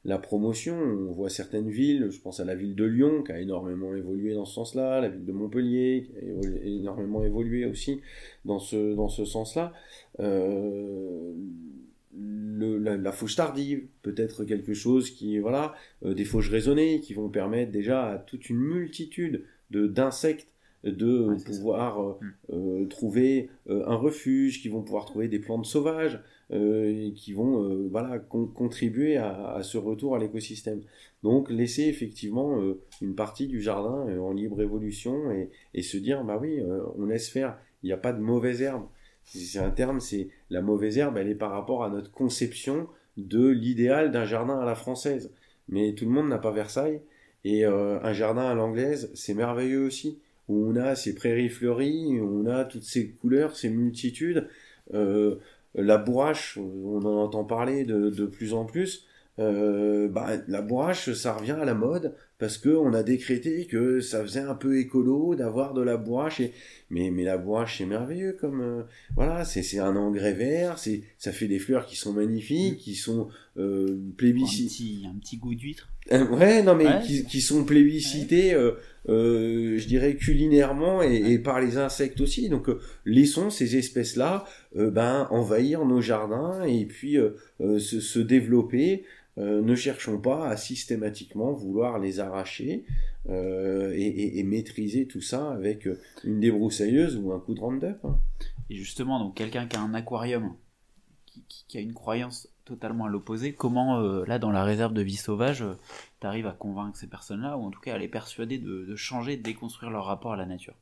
la promotion. On voit certaines villes, je pense à la ville de Lyon qui a énormément évolué dans ce sens-là, la ville de Montpellier qui a évolué, énormément évolué aussi dans ce, dans ce sens-là. Euh, le, la, la fauche tardive, peut-être quelque chose qui, voilà, euh, des fauches raisonnées qui vont permettre déjà à toute une multitude de, d'insectes de ouais, pouvoir euh, euh, trouver euh, un refuge, qui vont pouvoir trouver des plantes sauvages, euh, et qui vont euh, voilà, con- contribuer à, à ce retour à l'écosystème. Donc laisser effectivement euh, une partie du jardin euh, en libre évolution et, et se dire, bah oui, euh, on laisse faire, il n'y a pas de mauvaise herbe. C'est un terme, c'est la mauvaise herbe, elle est par rapport à notre conception de l'idéal d'un jardin à la française. Mais tout le monde n'a pas Versailles, et euh, un jardin à l'anglaise, c'est merveilleux aussi, où on a ces prairies fleuries, où on a toutes ces couleurs, ces multitudes. Euh, la bourrache, on en entend parler de, de plus en plus. Euh, bah, la bourrache, ça revient à la mode parce que on a décrété que ça faisait un peu écolo d'avoir de la bourrache. Et... Mais, mais la bourrache, c'est merveilleux, comme euh, voilà, c'est, c'est un engrais vert, c'est, ça fait des fleurs qui sont magnifiques, qui sont euh, plébiscitées. Un petit, un petit goût d'huître. Euh, ouais, non, mais ouais, qui, qui sont plébiscités, ouais. euh, euh, je dirais culinairement et, et par les insectes aussi. Donc, euh, laissons ces espèces-là, euh, ben, envahir nos jardins et puis euh, euh, se, se développer. Euh, ne cherchons pas à systématiquement vouloir les arracher euh, et, et, et maîtriser tout ça avec une débroussailleuse ou un coup de Roundup. Hein. Et justement, donc quelqu'un qui a un aquarium, qui, qui, qui a une croyance totalement à l'opposé, comment euh, là dans la réserve de vie sauvage, euh, tu arrives à convaincre ces personnes-là, ou en tout cas à les persuader de, de changer, de déconstruire leur rapport à la nature?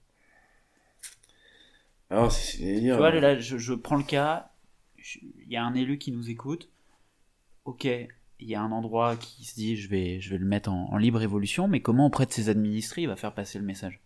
Alors, c'est, c'est dire, tu vois, là, je, je prends le cas, il y a un élu qui nous écoute, ok, il y a un endroit qui se dit je vais, je vais le mettre en, en libre évolution, mais comment auprès de ses administrés il va faire passer le message?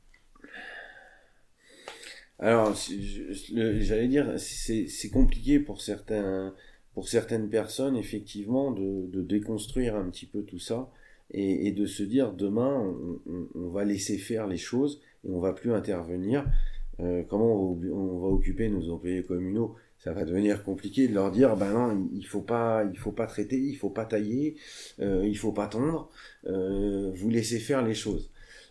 Alors, j'allais dire, c'est, c'est compliqué pour certains, pour certaines personnes, effectivement, de, de déconstruire un petit peu tout ça et, et de se dire demain, on, on, on va laisser faire les choses et on va plus intervenir. Euh, comment on va, on va occuper nos employés communaux? Ça va devenir compliqué de leur dire, ben non, il faut pas, il faut pas traiter, il faut pas tailler, euh, il faut pas tondre, euh, vous laissez faire les choses.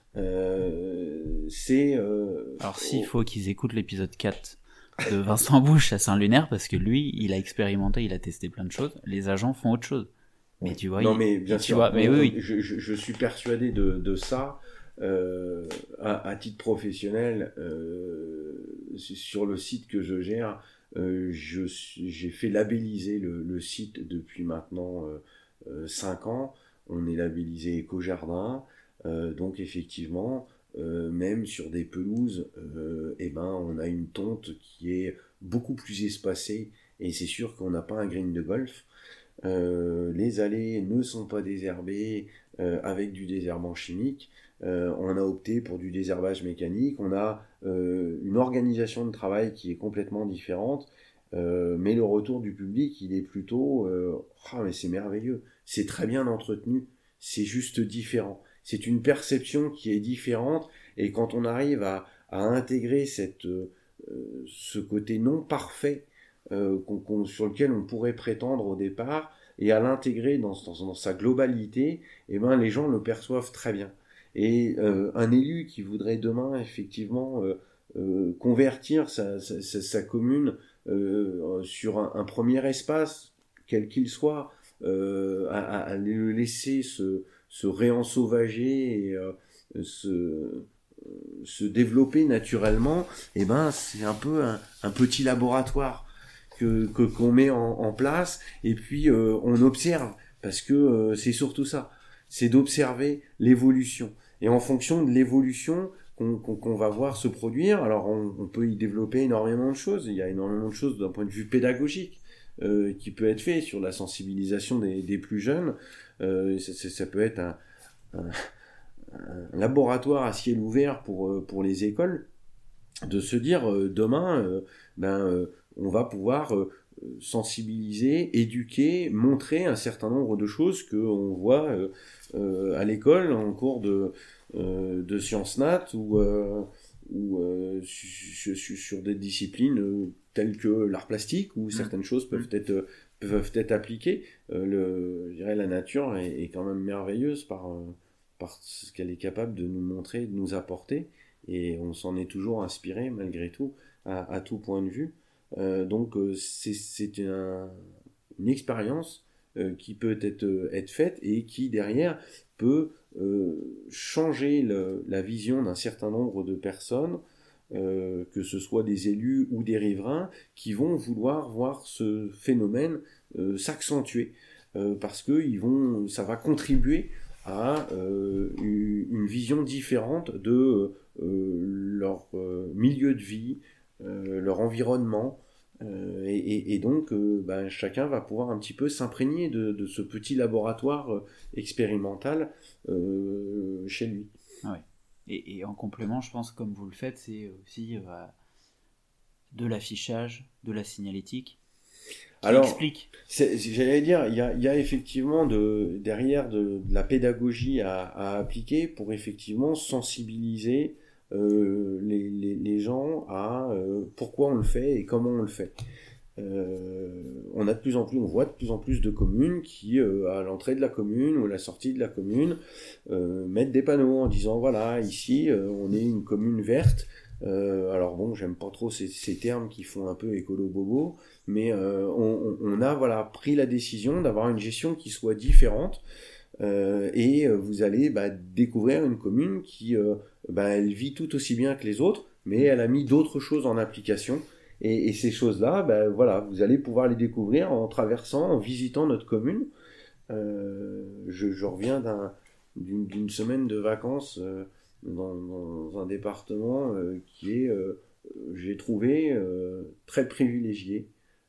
Euh, c'est euh, alors s'il oh. faut qu'ils écoutent l'épisode quatre de Vincent Bouche à Saint-Lunaire, parce que lui il a expérimenté, il a testé plein de choses, les agents font autre chose, mais tu vois, non il, mais bien tu sûr vois, mais oui, je, je, je suis persuadé de, de ça euh, à, à titre professionnel euh, sur le site que je gère. Euh, je, j'ai fait labelliser le, le site depuis maintenant euh, cinq ans. On est labellisé Éco-Jardin. Euh, donc effectivement, euh, même sur des pelouses, euh, eh ben, on a une tonte qui est beaucoup plus espacée. Et c'est sûr qu'on n'a pas un green de golf. Euh, les allées ne sont pas désherbées euh, avec du désherbant chimique. Euh, on a opté pour du désherbage mécanique. On a euh, une organisation de travail qui est complètement différente. Euh, mais le retour du public, il est plutôt euh, ah mais c'est merveilleux, c'est très bien entretenu, c'est juste différent. C'est une perception qui est différente, et quand on arrive à, à intégrer cette, euh, ce côté non parfait euh, qu'on, qu'on, sur lequel on pourrait prétendre au départ, et à l'intégrer dans, dans, dans sa globalité, eh ben, les gens le perçoivent très bien. Et euh, un élu qui voudrait demain effectivement euh, euh, convertir sa, sa, sa, sa commune euh, sur un, un premier espace, quel qu'il soit, euh, à, à le laisser se, se réensauvager et euh, se, se développer naturellement, et ben c'est un peu un, un petit laboratoire que, que qu'on met en, en place, et puis euh, on observe, parce que euh, c'est surtout ça, c'est d'observer l'évolution, et en fonction de l'évolution qu'on, qu'on, qu'on va voir se produire, alors on, on peut y développer énormément de choses, il y a énormément de choses d'un point de vue pédagogique euh, qui peut être fait sur la sensibilisation des, des plus jeunes. Euh, ça, ça peut être un, un, un laboratoire à ciel ouvert pour, pour les écoles, de se dire euh, demain euh, ben, euh, on va pouvoir euh, sensibiliser, éduquer, montrer un certain nombre de choses qu'on voit euh, euh, à l'école en cours de, euh, de sciences nat ou, euh, ou euh, sur, sur des disciplines euh, telles que l'art plastique, où certaines choses peuvent être peuvent être appliquées. Euh, le, je dirais la nature est, est quand même merveilleuse par, euh, par ce qu'elle est capable de nous montrer, de nous apporter, et on s'en est toujours inspiré malgré tout, à, à tout point de vue. Euh, donc euh, c'est, c'est un, une expérience euh, qui peut être, être faite et qui derrière peut euh, changer le, la vision d'un certain nombre de personnes, euh, que ce soit des élus ou des riverains, qui vont vouloir voir ce phénomène euh, s'accentuer, euh, parce que ils vont, ça va contribuer à euh, une vision différente de euh, leur euh, milieu de vie, euh, leur environnement, euh, et, et, et donc euh, ben, chacun va pouvoir un petit peu s'imprégner de, de ce petit laboratoire euh, expérimental euh, chez lui. Ah ouais. Et, et en complément, je pense, comme vous le faites, c'est aussi euh, de l'affichage, de la signalétique, qui Alors, explique. C'est, j'allais dire, il y a, il y a effectivement de, derrière de, de la pédagogie à, à appliquer pour effectivement sensibiliser euh, les, les, les gens à euh, pourquoi on le fait et comment on le fait. Euh, on a de plus en plus, on voit de plus en plus de communes qui, euh, à l'entrée de la commune ou à la sortie de la commune, euh, mettent des panneaux en disant voilà, ici, euh, on est une commune verte. Euh, alors bon, j'aime pas trop ces, ces termes qui font un peu écolo bobo, mais euh, on, on a voilà pris la décision d'avoir une gestion qui soit différente, euh, et vous allez bah, découvrir une commune qui euh, bah, elle vit tout aussi bien que les autres, mais elle a mis d'autres choses en application. Et, et ces choses-là, ben voilà, vous allez pouvoir les découvrir en traversant, en visitant notre commune. Euh, je, je reviens d'un, d'une, d'une semaine de vacances euh, dans, dans un département euh, qui est, euh, j'ai trouvé, euh, très privilégié.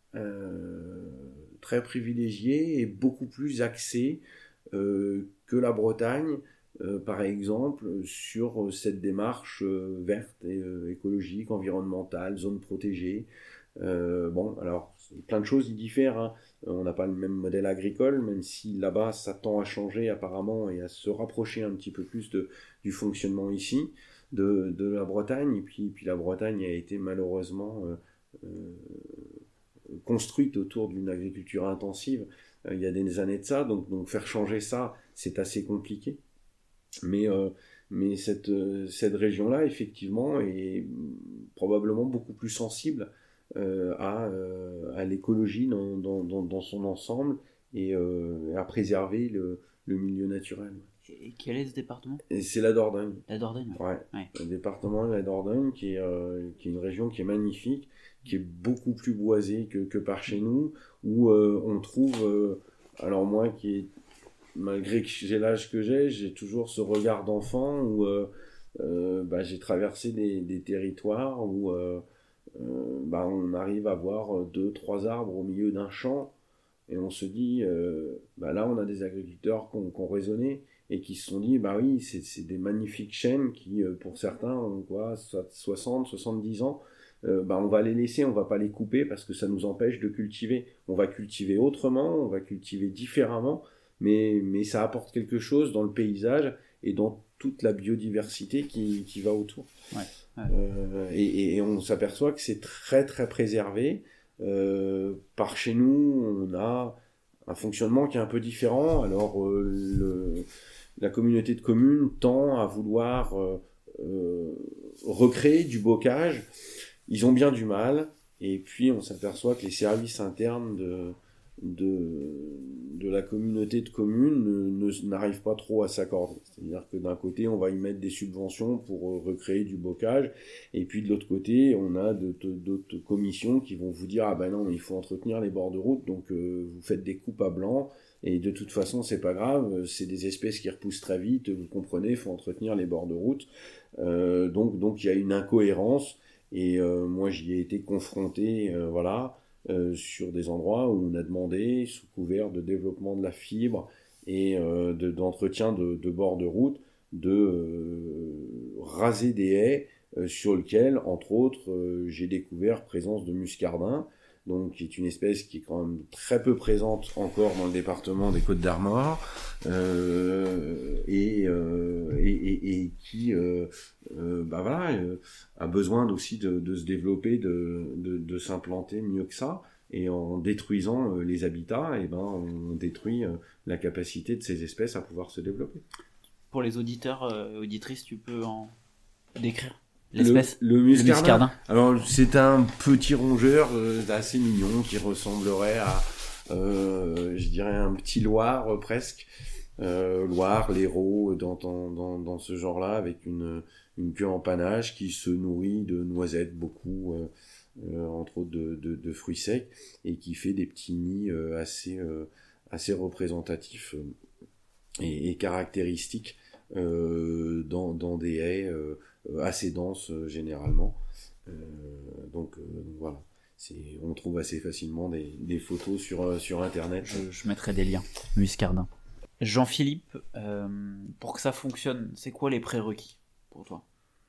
Euh, très privilégié et beaucoup plus axé euh, que la Bretagne, euh, par exemple, sur cette démarche euh, verte et euh, écologique, environnementale, zone protégée. Euh, bon, alors, plein de choses y diffèrent. Hein. On n'a pas le même modèle agricole, même si là-bas, ça tend à changer apparemment et à se rapprocher un petit peu plus de, du fonctionnement ici, de, de la Bretagne. Et puis, puis la Bretagne a été malheureusement euh, euh, construite autour d'une agriculture intensive euh, il y a des années de ça. Donc, donc faire changer ça, c'est assez compliqué. Mais, euh, mais cette, euh, cette région-là, effectivement, est probablement beaucoup plus sensible euh, à, euh, à l'écologie dans, dans, dans, dans son ensemble et euh, à préserver le, le milieu naturel. Et quel est ce département ? Et c'est la Dordogne. La Dordogne, ouais. ouais. Le département de la Dordogne, qui est, euh, qui est une région qui est magnifique, qui est beaucoup plus boisée que, que par chez nous, où euh, on trouve, euh, alors moi qui est malgré que j'ai l'âge que j'ai, j'ai toujours ce regard d'enfant où euh, euh, bah, j'ai traversé des, des territoires où euh, euh, bah, on arrive à voir deux, trois arbres au milieu d'un champ et on se dit, euh, bah, là on a des agriculteurs qui ont, qui ont raisonné et qui se sont dit, bah oui, c'est, c'est des magnifiques chênes qui, euh, pour certains, ont quoi, soixante, soixante-dix ans. Euh, bah, on va les laisser, on va pas les couper parce que ça nous empêche de cultiver. On va cultiver autrement, on va cultiver différemment. Mais, mais ça apporte quelque chose dans le paysage et dans toute la biodiversité qui, qui va autour. Ouais, ouais. Euh, et, et on s'aperçoit que c'est très très préservé. Euh, par chez nous, on a un fonctionnement qui est un peu différent. Alors, euh, le, la communauté de communes tend à vouloir euh, euh, recréer du bocage. Ils ont bien du mal. Et puis, on s'aperçoit que les services internes de De, de la communauté de communes ne, ne, n'arrive pas trop à s'accorder. C'est-à-dire que d'un côté, on va y mettre des subventions pour recréer du bocage, et puis de l'autre côté, on a de, de, d'autres commissions qui vont vous dire « Ah ben non, mais il faut entretenir les bords de route, donc euh, vous faites des coupes à blanc, et de toute façon, c'est pas grave, c'est des espèces qui repoussent très vite, vous comprenez, il faut entretenir les bords de route. Euh, » Donc, donc il y a une incohérence, et euh, moi j'y ai été confronté, euh, voilà, Euh, sur des endroits où on a demandé, sous couvert de développement de la fibre et euh, de, d'entretien de, de bords de route, de euh, raser des haies euh, sur lesquelles, entre autres, euh, j'ai découvert présence de muscardin, donc qui est une espèce qui est quand même très peu présente encore dans le département des Côtes-d'Armor, euh, et, euh, et, et, et qui euh, euh, bah voilà, euh, a besoin aussi de, de se développer, de, de, de s'implanter mieux que ça. et en détruisant euh, les habitats, et ben, on détruit euh, la capacité de ces espèces à pouvoir se développer. Pour les auditeurs, euh, auditrices, tu peux en décrire l'espèce? Le, le muscardin. Le muscardin. Alors, c'est un petit rongeur euh, assez mignon qui ressemblerait à, euh, je dirais, un petit loir euh, presque. Euh, loir, l'hérault, dans, dans, dans, dans ce genre-là, avec une, une queue en panache qui se nourrit de noisettes, beaucoup, euh, euh, entre autres de, de, de fruits secs, et qui fait des petits nids euh, assez, euh, assez représentatifs euh, et, et caractéristiques euh, dans, dans des haies euh, assez denses euh, généralement. Euh, donc, euh, donc voilà. C'est, on trouve assez facilement des, des photos sur, euh, sur internet. Je, je mettrai des liens. Muscardin. Jean-Philippe, euh, pour que ça fonctionne, c'est quoi les prérequis pour toi?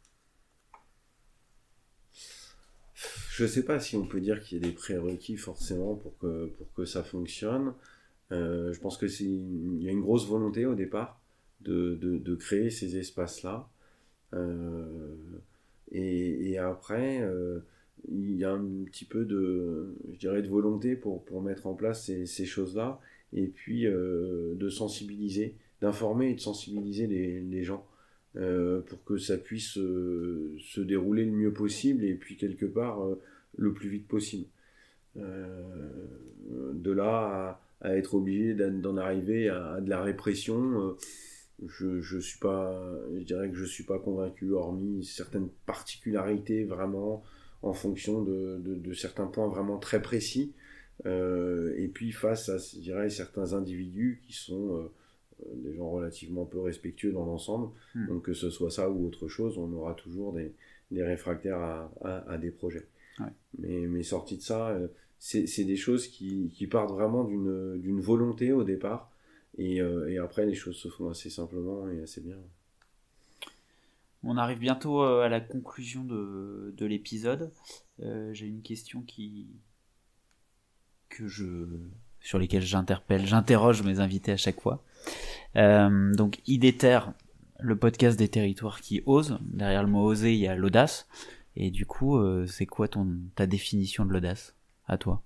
Je sais pas si on peut dire qu'il y a des prérequis forcément pour que, pour que ça fonctionne. Euh, je pense que c'est, il y a une grosse volonté au départ de, de, de créer ces espaces-là. Euh, et, et après, euh, il y a un petit peu de, je dirais, de volonté pour, pour mettre en place ces, ces choses-là. Et puis euh, de sensibiliser, d'informer et de sensibiliser les, les gens euh, pour que ça puisse euh, se dérouler le mieux possible et puis quelque part euh, le plus vite possible. Euh, de là à, à être obligé d'en arriver à, à de la répression, euh, je, je suis pas, je dirais que je suis pas convaincu, hormis certaines particularités vraiment en fonction de, de, de certains points vraiment très précis. Euh, et puis face à, je dirais, certains individus qui sont euh, des gens relativement peu respectueux dans l'ensemble, mmh. donc que ce soit ça ou autre chose, on aura toujours des, des réfractaires à, à, à des projets. Ouais. Mais, mais sorti de ça, euh, c'est, c'est des choses qui, qui partent vraiment d'une, d'une volonté au départ, et, euh, et après les choses se font assez simplement et assez bien. On arrive bientôt à la conclusion de, de l'épisode. Euh, j'ai une question qui... que je, sur lesquels j'interpelle, j'interroge mes invités à chaque fois. Euh, donc, Idéter, le podcast des territoires qui osent. Derrière le mot oser, il y a l'audace. Et du coup, euh, c'est quoi ton, ta définition de l'audace, à toi?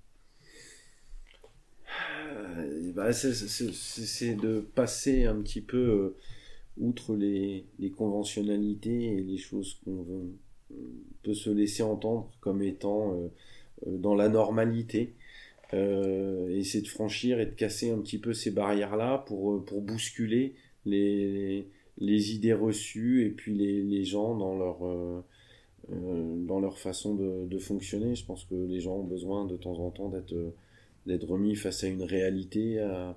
euh, bah, c'est, c'est, c'est de passer un petit peu euh, outre les, les conventionnalités et les choses qu'on veut, peut se laisser entendre comme étant euh, dans la normalité. Euh, essayer de franchir et de casser un petit peu ces barrières-là pour, pour bousculer les, les idées reçues et puis les, les gens dans leur, euh, dans leur façon de, de fonctionner. Je pense que les gens ont besoin de temps en temps d'être, d'être remis face à une réalité, à,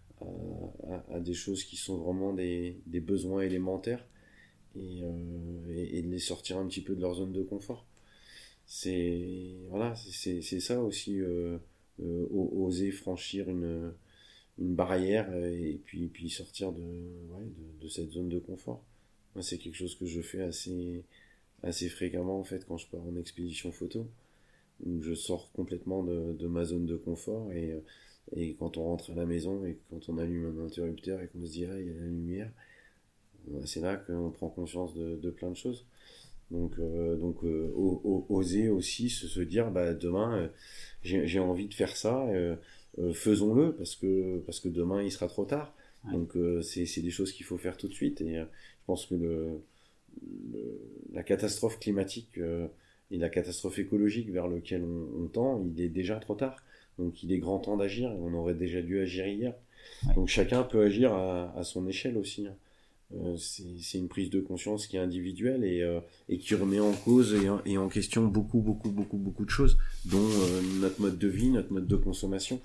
à, à des choses qui sont vraiment des, des besoins élémentaires et, euh, et, et de les sortir un petit peu de leur zone de confort. C'est, voilà, c'est, c'est ça aussi. Euh, Euh, oser franchir une, une barrière et puis, puis sortir de, ouais, de, de cette zone de confort. Moi, c'est quelque chose que je fais assez, assez fréquemment en fait quand je pars en expédition photo, où je sors complètement de, de ma zone de confort et, et quand on rentre à la maison et quand on allume un interrupteur et qu'on se dit ah, il y a la lumière, c'est là qu'on prend conscience de, de plein de choses. Donc, euh, donc euh, oser aussi se, se dire bah, demain euh, j'ai, j'ai envie de faire ça, euh, euh, faisons-le parce que, parce que demain il sera trop tard. Ouais. Donc euh, c'est, c'est des choses qu'il faut faire tout de suite et euh, je pense que le, le, la catastrophe climatique euh, et la catastrophe écologique vers laquelle on, on tend, il est déjà trop tard. Donc il est grand temps d'agir et on aurait déjà dû agir hier. Ouais. Donc chacun peut agir à, à son échelle aussi. Hein. Euh, c'est, c'est une prise de conscience qui est individuelle et, euh, et qui remet en cause et en, et en question beaucoup, beaucoup, beaucoup, beaucoup de choses, dont euh, notre mode de vie, notre mode de consommation.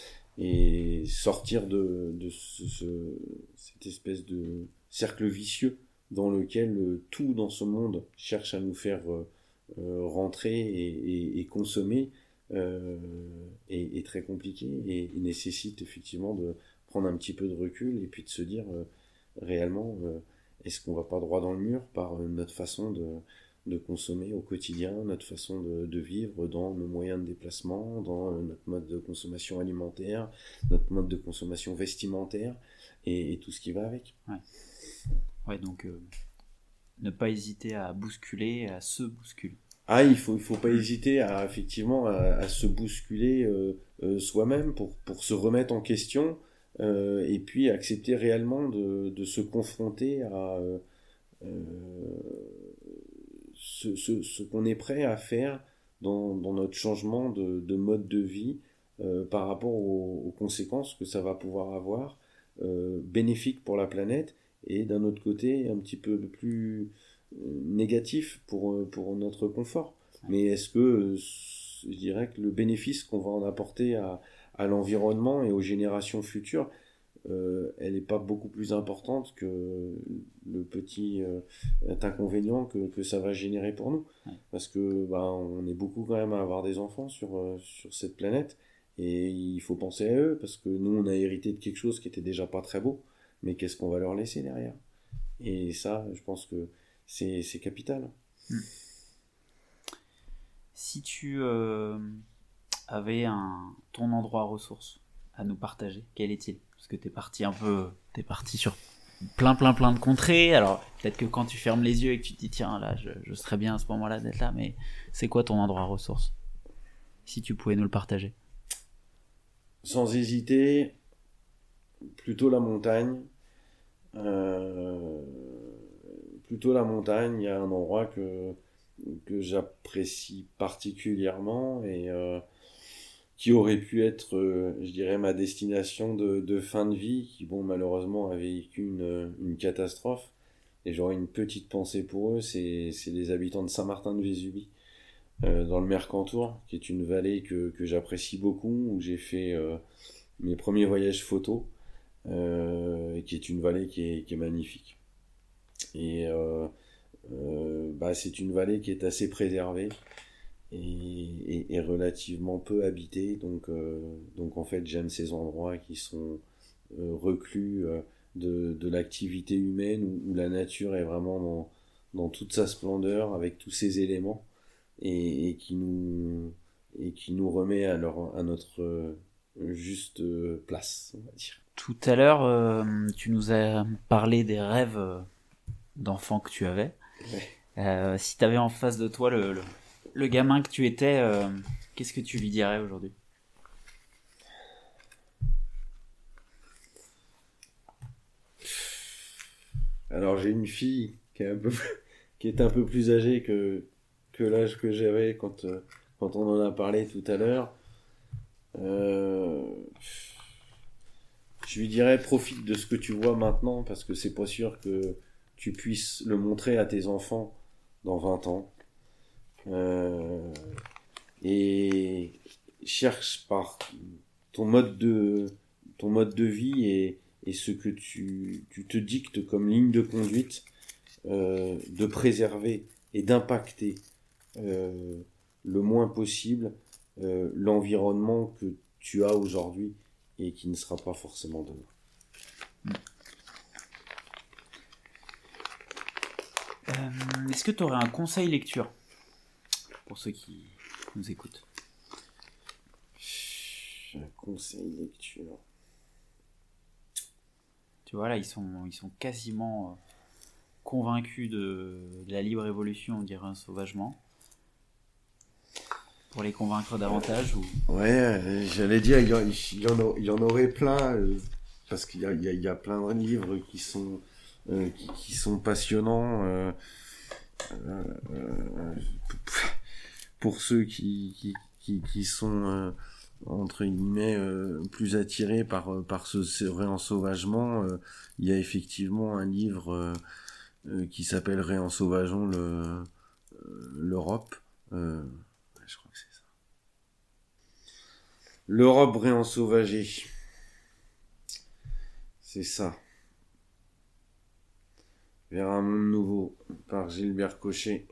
Et sortir de, de ce, ce, cette espèce de cercle vicieux dans lequel euh, tout dans ce monde cherche à nous faire euh, euh, rentrer et, et, et consommer euh, est, est très compliqué et, et nécessite effectivement de prendre un petit peu de recul et puis de se dire... Euh, réellement, euh, est-ce qu'on va pas droit dans le mur par euh, notre façon de, de consommer au quotidien, notre façon de, de vivre dans nos moyens de déplacement, dans euh, notre mode de consommation alimentaire, notre mode de consommation vestimentaire et, et tout ce qui va avec. Ouais, ouais donc euh, ne pas hésiter à bousculer, à se bousculer. Ah, il faut, il faut pas hésiter à effectivement à, à se bousculer euh, euh, soi-même pour, pour se remettre en question euh, et puis accepter réellement de, de se confronter à euh, ce, ce, ce qu'on est prêt à faire dans, dans notre changement de, de mode de vie euh, par rapport aux, aux conséquences que ça va pouvoir avoir, euh, bénéfiques pour la planète et d'un autre côté un petit peu plus négatif pour, pour notre confort. Mais est-ce que je dirais que le bénéfice qu'on va en apporter à, à l'environnement et aux générations futures, euh, elle n'est pas beaucoup plus importante que le petit euh, inconvénient que, que ça va générer pour nous. Ouais. Parce que bah, on est beaucoup quand même à avoir des enfants sur, euh, sur cette planète et il faut penser à eux parce que nous on a hérité de quelque chose qui était déjà pas très beau, mais qu'est-ce qu'on va leur laisser derrière? Et ça, je pense que c'est, c'est capital. Hmm. Si tu euh, avais un, ton endroit ressource à nous partager, quel est-il? Parce que t'es parti un peu, t'es parti sur plein plein plein de contrées, alors peut-être que quand tu fermes les yeux et que tu te dis tiens là je, je serais bien à ce moment-là d'être là, mais c'est quoi ton endroit ressource? Si tu pouvais nous le partager. Sans hésiter, plutôt la montagne. Euh, plutôt la montagne, il y a un endroit que, que j'apprécie particulièrement et euh, qui aurait pu être, euh, je dirais, ma destination de, de fin de vie, qui, bon, malheureusement, a vécu une, une catastrophe. Et j'aurais une petite pensée pour eux, c'est, c'est les habitants de Saint-Martin-de-Vésubie, euh, dans le Mercantour, qui est une vallée que, que j'apprécie beaucoup, où j'ai fait euh, mes premiers voyages photos, euh, qui est une vallée qui est, qui est magnifique. Et euh, euh, bah, c'est une vallée qui est assez préservée, et, et, et relativement peu habité, donc, euh, donc en fait j'aime ces endroits qui sont euh, reclus euh, de, de l'activité humaine où, où la nature est vraiment dans, dans toute sa splendeur avec tous ses éléments et, et qui nous et qui nous remet à, leur, à notre euh, juste euh, place, on va dire. Tout à l'heure euh, tu nous as parlé des rêves euh, d'enfant que tu avais. Ouais. Euh, si tu avais en face de toi le, le Le gamin que tu étais, euh, qu'est-ce que tu lui dirais aujourd'hui? Alors j'ai une fille qui est un peu qui est un peu plus âgée que que l'âge que j'avais quand euh, quand on en a parlé tout à l'heure. Euh, je lui dirais profite de ce que tu vois maintenant parce que c'est pas sûr que tu puisses le montrer à tes enfants dans vingt ans. Euh, et cherche par ton mode de ton mode de vie et, et ce que tu, tu te dictes comme ligne de conduite, euh, de préserver et d'impacter euh, le moins possible euh, l'environnement que tu as aujourd'hui et qui ne sera pas forcément demain. Euh, est-ce que tu aurais un conseil lecture pour ceux qui nous écoutent? Un conseil lecture. Tu vois là, ils sont, ils sont quasiment euh, convaincus de, de la libre évolution, on dirait un sauvagement. Pour les convaincre davantage ou... Ouais, euh, j'allais dire, il y, en, il, y en a, il y en aurait plein, euh, parce qu'il y a, il y, a, il y a plein de livres qui sont, euh, qui, qui sont passionnants. Euh, euh, euh, pour ceux qui, qui, qui, qui sont, euh, entre guillemets, euh, plus attirés par, par ce, ce réensauvagement, euh, il y a effectivement un livre euh, euh, qui s'appelle Réensauvageons le, euh, l'Europe. Euh, je crois que c'est ça. L'Europe réensauvagée. C'est ça. Vers un monde nouveau, par Gilbert Cochet.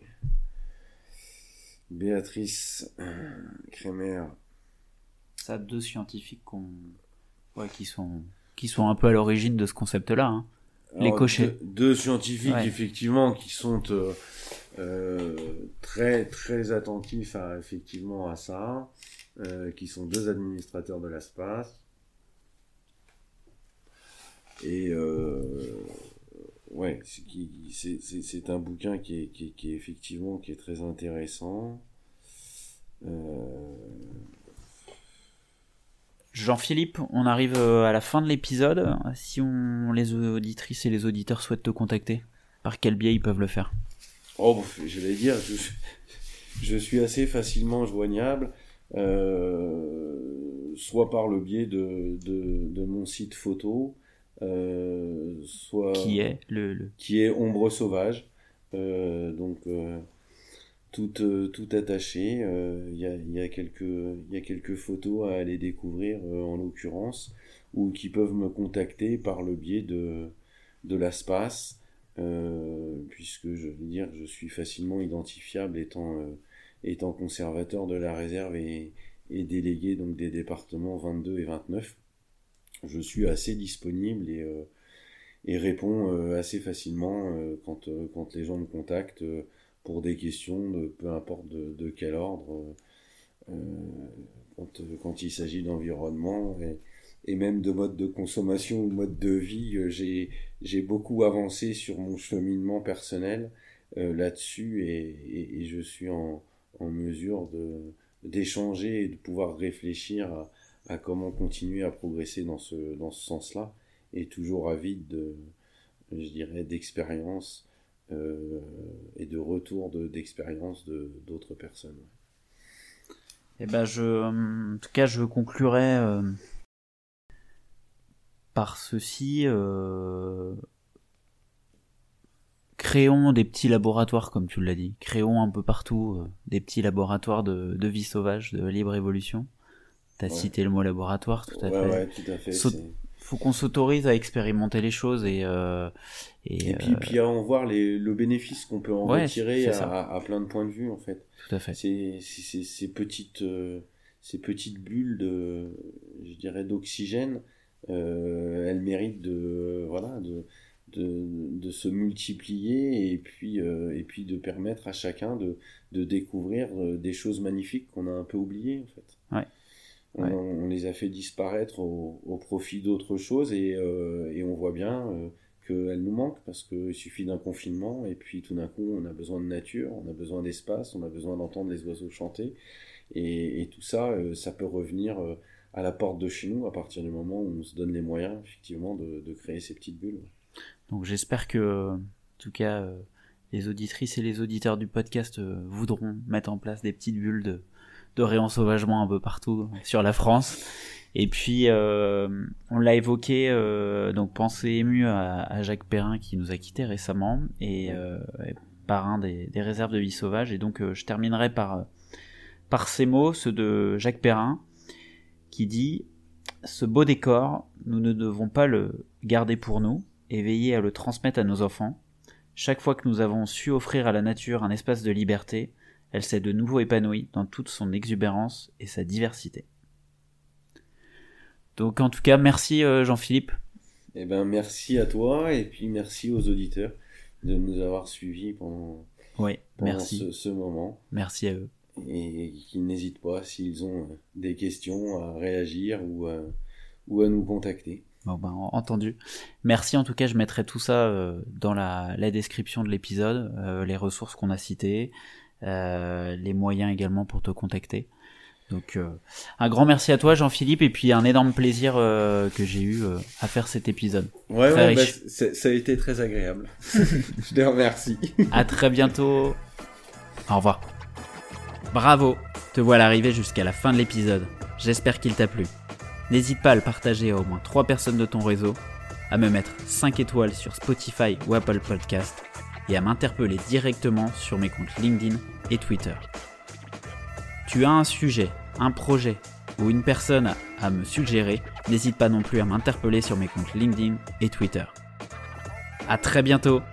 Béatrice Kremer. Ça, deux scientifiques qu'on... ouais, qui sont qui sont un peu à l'origine de ce concept-là. Hein. Les Alors, Cochet. Deux, deux scientifiques, ouais. effectivement, qui sont euh, euh, très très attentifs à, effectivement à ça, euh, qui sont deux administrateurs de l'espace. Et euh, ouais, c'est, c'est, c'est, c'est un bouquin qui est, qui est, qui est effectivement qui est très intéressant. Euh... Jean-Philippe, on arrive à la fin de l'épisode. Si on, les auditrices et les auditeurs souhaitent te contacter, par quel biais ils peuvent le faire? Oh, j'allais dire, je, je suis assez facilement joignable, euh, soit par le biais de, de, de mon site photo, euh, soit qui est le, le... qui est Ombre Sauvage, euh, donc euh, tout euh, tout attaché. Il euh, y a il y a quelques il y a quelques photos à aller découvrir euh, en l'occurrence, ou qui peuvent me contacter par le biais de de l'Aspace. Euh, puisque je veux dire je suis facilement identifiable étant euh, étant conservateur de la réserve et, et délégué donc des départements vingt-deux et vingt-neuf. Je suis assez disponible et euh, et réponds euh, assez facilement euh, quand euh, quand les gens me contactent euh, pour des questions de peu importe de, de quel ordre, euh, quand quand il s'agit d'environnement et et même de mode de consommation ou mode de vie. J'ai, j'ai beaucoup avancé sur mon cheminement personnel euh, là-dessus et, et, et je suis en, en mesure de, d'échanger et de pouvoir réfléchir à, à comment continuer à progresser dans ce, dans ce sens-là, et toujours avide de, je dirais, d'expérience euh, et de retour de, d'expérience de, d'autres personnes. Eh ben je, en tout cas, je conclurai euh... par ceci, euh... créons des petits laboratoires, comme tu l'as dit. Créons un peu partout euh, des petits laboratoires de, de vie sauvage, de libre évolution. T'as ouais. cité le mot laboratoire, tout à ouais, fait. Ouais, tout à fait. Saut... Faut qu'on s'autorise à expérimenter les choses et euh, et, et puis, euh... puis à en voir les, le bénéfice qu'on peut en ouais, retirer à, à plein de points de vue en fait. Tout à fait. C'est, c'est, c'est ces petites euh, ces petites bulles de, je dirais, d'oxygène. Euh, elles méritent de voilà de de de se multiplier et puis euh, et puis de permettre à chacun de de découvrir des choses magnifiques qu'on a un peu oubliées en fait. Ouais. On, ouais. on les a fait disparaître au, au profit d'autres choses et euh, et on voit bien euh, qu'elles nous manquent parce que il suffit d'un confinement et puis tout d'un coup on a besoin de nature, on a besoin d'espace, on a besoin d'entendre les oiseaux chanter et et tout ça euh, ça peut revenir euh, à la porte de chez nous à partir du moment où on se donne les moyens effectivement de, de créer ces petites bulles. Donc j'espère que, en tout cas, euh, les auditrices et les auditeurs du podcast euh, voudront mettre en place des petites bulles de, de réensauvagement un peu partout sur la France. Et puis euh, on l'a évoqué, euh, donc pensée émue à, à Jacques Perrin qui nous a quittés récemment et, euh, et parrain des, des réserves de vie sauvage. Et donc euh, je terminerai par par ces mots, ceux de Jacques Perrin, qui dit « Ce beau décor, nous ne devons pas le garder pour nous et veiller à le transmettre à nos enfants. Chaque fois que nous avons su offrir à la nature un espace de liberté, elle s'est de nouveau épanouie dans toute son exubérance et sa diversité. » Donc en tout cas, merci Jean-Philippe. Eh ben merci à toi et puis merci aux auditeurs de nous avoir suivis pendant, oui, pendant merci. Ce, ce moment. Merci à eux. Et qu'ils n'hésitent pas s'ils ont des questions à réagir ou à, ou à nous contacter. Bon ben entendu. Merci en tout cas, je mettrai tout ça euh, dans la, la description de l'épisode, euh, les ressources qu'on a citées, euh, les moyens également pour te contacter. Donc euh, un grand merci à toi Jean-Philippe et puis un énorme plaisir euh, que j'ai eu euh, à faire cet épisode. Ouais, ouais bah, ça a été très agréable. Je te remercie. À très bientôt. Au revoir. Bravo, te voilà arrivé jusqu'à la fin de l'épisode. J'espère qu'il t'a plu. N'hésite pas à le partager à au moins trois personnes de ton réseau, à me mettre cinq étoiles sur Spotify ou Apple Podcast et à m'interpeller directement sur mes comptes LinkedIn et Twitter. Tu as un sujet, un projet ou une personne à, à me suggérer, n'hésite pas non plus à m'interpeller sur mes comptes LinkedIn et Twitter. À très bientôt!